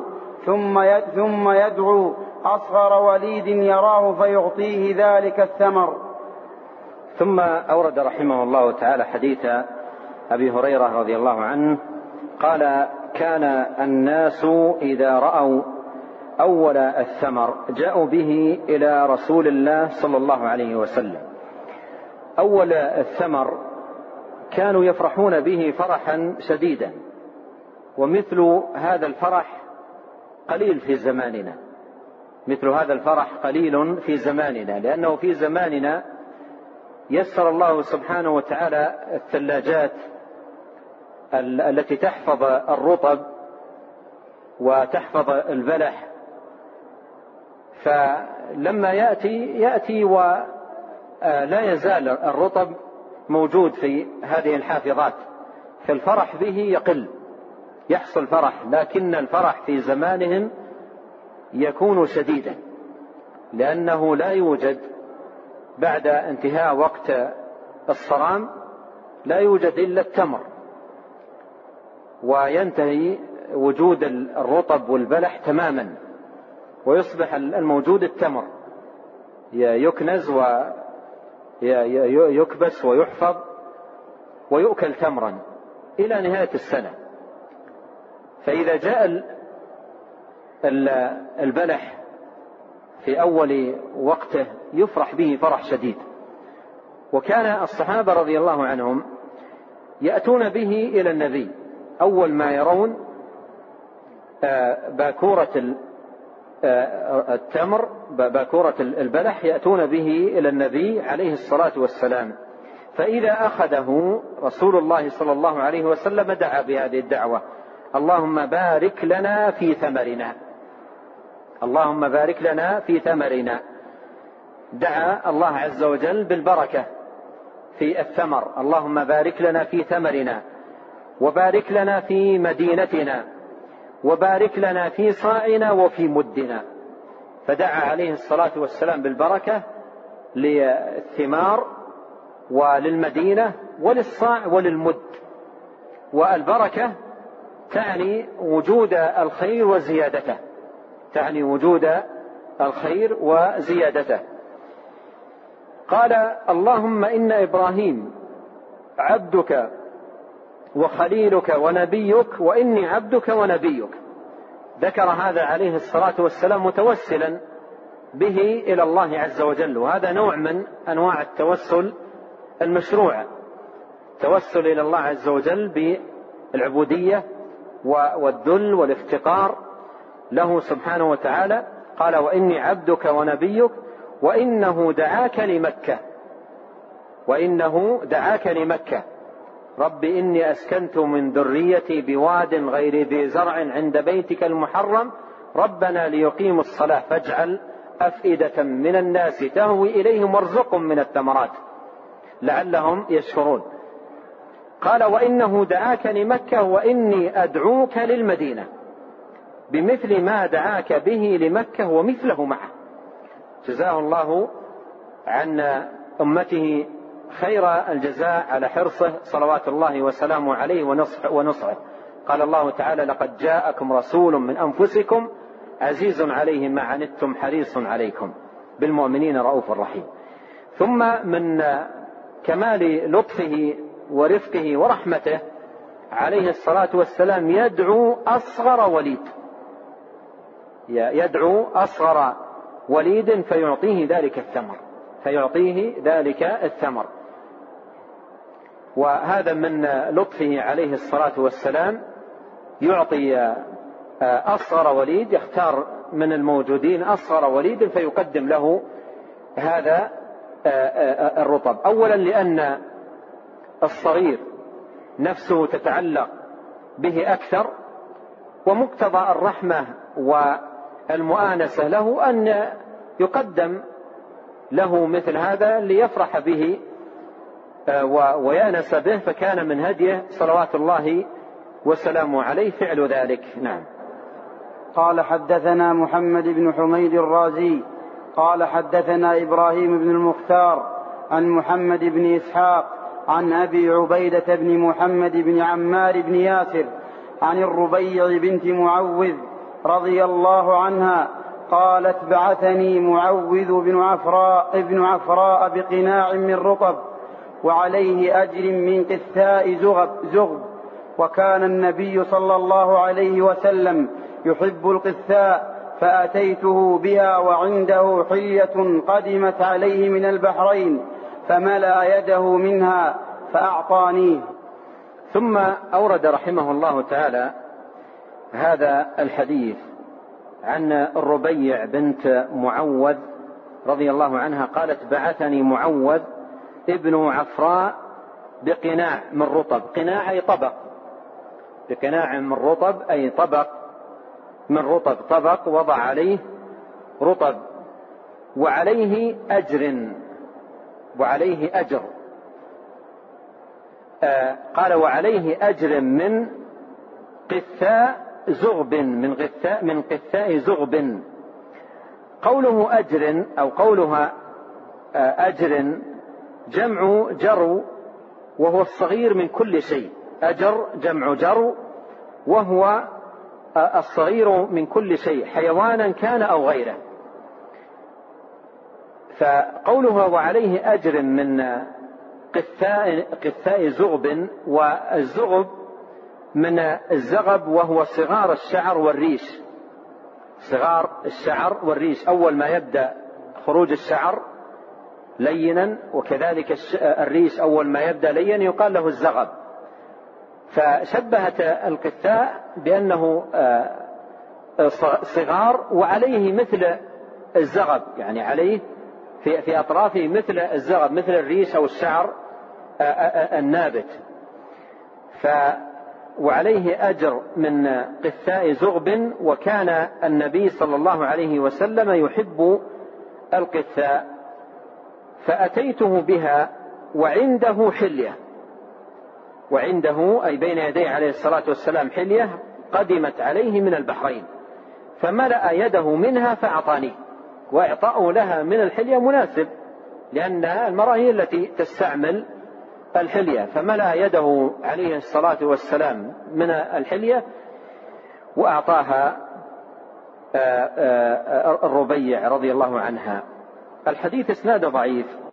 ثم يدعو أصغر وليد يراه فيعطيه ذلك الثمر. ثم أورد رحمه الله تعالى حديث أبي هريرة رضي الله عنه قال كان الناس إذا رأوا أول الثمر جاءوا به إلى رسول الله صلى الله عليه وسلم. أول الثمر كانوا يفرحون به فرحا شديدا، ومثل هذا الفرح قليل في زماننا، مثل هذا الفرح قليل في زماننا، لأنه في زماننا يسر الله سبحانه وتعالى الثلاجات التي تحفظ الرطب وتحفظ البلح، فلما يأتي ولا يزال الرطب موجود في هذه الحافظات، فالفرح به يقل، يحصل فرح، لكن الفرح في زمانهم يكون شديدا، لأنه لا يوجد بعد انتهاء وقت الصرام لا يوجد إلا التمر، وينتهي وجود الرطب والبلح تماما، ويصبح الموجود التمر يكنز ويكبس ويحفظ ويؤكل تمرا إلى نهاية السنة. فإذا جاء البلح في أول وقته يفرح به فرح شديد، وكان الصحابة رضي الله عنهم يأتون به إلى النبي أول ما يرون باكورة التمر باكورة البلح يأتون به إلى النبي عليه الصلاة والسلام، فإذا أخذه رسول الله صلى الله عليه وسلم دعا بهذه الدعوة: اللهم بارك لنا في ثمرنا، اللهم بارك لنا في ثمرنا. دعا الله عز وجل بالبركة في الثمر: اللهم بارك لنا في ثمرنا وبارك لنا في مدينتنا وبارك لنا في صاعنا وفي مدنا. فدعا عليه الصلاة والسلام بالبركة للثمار وللمدينة وللصاع وللمد. والبركة تعني وجود الخير وزيادته، تعني وجود الخير وزيادته. قال: اللهم إن إبراهيم عبدك وخليلك ونبيك وإني عبدك ونبيك. ذكر هذا عليه الصلاة والسلام متوسلا به إلى الله عز وجل، وهذا نوع من أنواع التوسل المشروع، التوسل إلى الله عز وجل بالعبودية والذل والافتقار له سبحانه وتعالى. قال: وإني عبدك ونبيك وإنه دعاك لمكة رب إني أسكنت من ذريتي بواد غير ذي زرع عند بيتك المحرم ربنا ليقيموا الصلاة فاجعل أفئدة من الناس تهوي إليهم وارزقهم من الثمرات لعلهم يشكرون. قال: وإنه دعاك لمكة وإني أدعوك للمدينة بمثل ما دعاك به لمكة ومثله معه. جزاه الله عن أمته خير الجزاء على حرصه صلوات الله وسلامه عليه ونصحه. قال الله تعالى: لقد جاءكم رسول من أنفسكم عزيز عليه ما عنتم حريص عليكم بالمؤمنين رؤوف رحيم. ثم من كمال لطفه ورفقه ورحمته عليه الصلاة والسلام يدعو أصغر وليد فيعطيه ذلك الثمر. وهذا من لطفه عليه الصلاة والسلام، يعطي أصغر وليد، يختار من الموجودين أصغر وليد فيقدم له هذا الرطب. أولا لأن الصغير نفسه تتعلق به أكثر، ومقتضى الرحمة والمؤانسة له أن يقدم له مثل هذا ليفرح به ويأنس به، فكان من هديه صلوات الله وسلامه عليه فعل ذلك. نعم. قال: حدثنا محمد بن حميد الرازي قال: حدثنا إبراهيم بن المختار عن محمد بن إسحاق عن أبي عبيدة بن محمد بن عمار بن ياسر عن الربيع بنت معوذ رضي الله عنها قالت: بعثني معوذ بن عفراء بقناع من رطب وعليه أجر من قثاء زغب، وكان النبي صلى الله عليه وسلم يحب القثاء، فأتيته بها وعنده حلية قدمت عليه من البحرين فملأ يده منها فأعطانيه. ثم أورد رحمه الله تعالى هذا الحديث عن الربيع بنت معوذ رضي الله عنها قالت: بعثني معوذ ابن عفراء بقناع من رطب. قناع أي طبق، بقناع من رطب أي طبق من رطب، طبق وضع عليه رطب وعليه أجر. قال: وعليه أجر من قثاء زغب، من قثاء زغب. قوله أجر أو قولها أجر جمع جرو، وهو الصغير من كل شيء. أجر جمع جرو، وهو الصغير من كل شيء، حيوانا كان أو غيره. فقولها وعليه أجر من قثاء زغب، والزغب من الزغب وهو صغار الشعر والريش، صغار الشعر والريش. أول ما يبدأ خروج الشعر لينا، وكذلك الريش أول ما يبدأ لينا يقال له الزغب. فشبهت القثاء بأنه صغار وعليه مثل الزغب، يعني عليه في أطرافه مثل الزغب، مثل الريش أو الشعر النابت. وعليه أجر من قثاء زغب، وكان النبي صلى الله عليه وسلم يحب القثاء، فأتيته بها وعنده حلية، وعنده أي بين يديه عليه الصلاة والسلام حلية قدمت عليه من البحرين، فملأ يده منها فأعطاني، وإعطاؤه لها من الحلية مناسب، لأن المرأة هي التي تستعمل الحلية، فملأ يده عليه الصلاة والسلام من الحلية وأعطاها الربيع رضي الله عنها. الحديث إسناده ضعيف،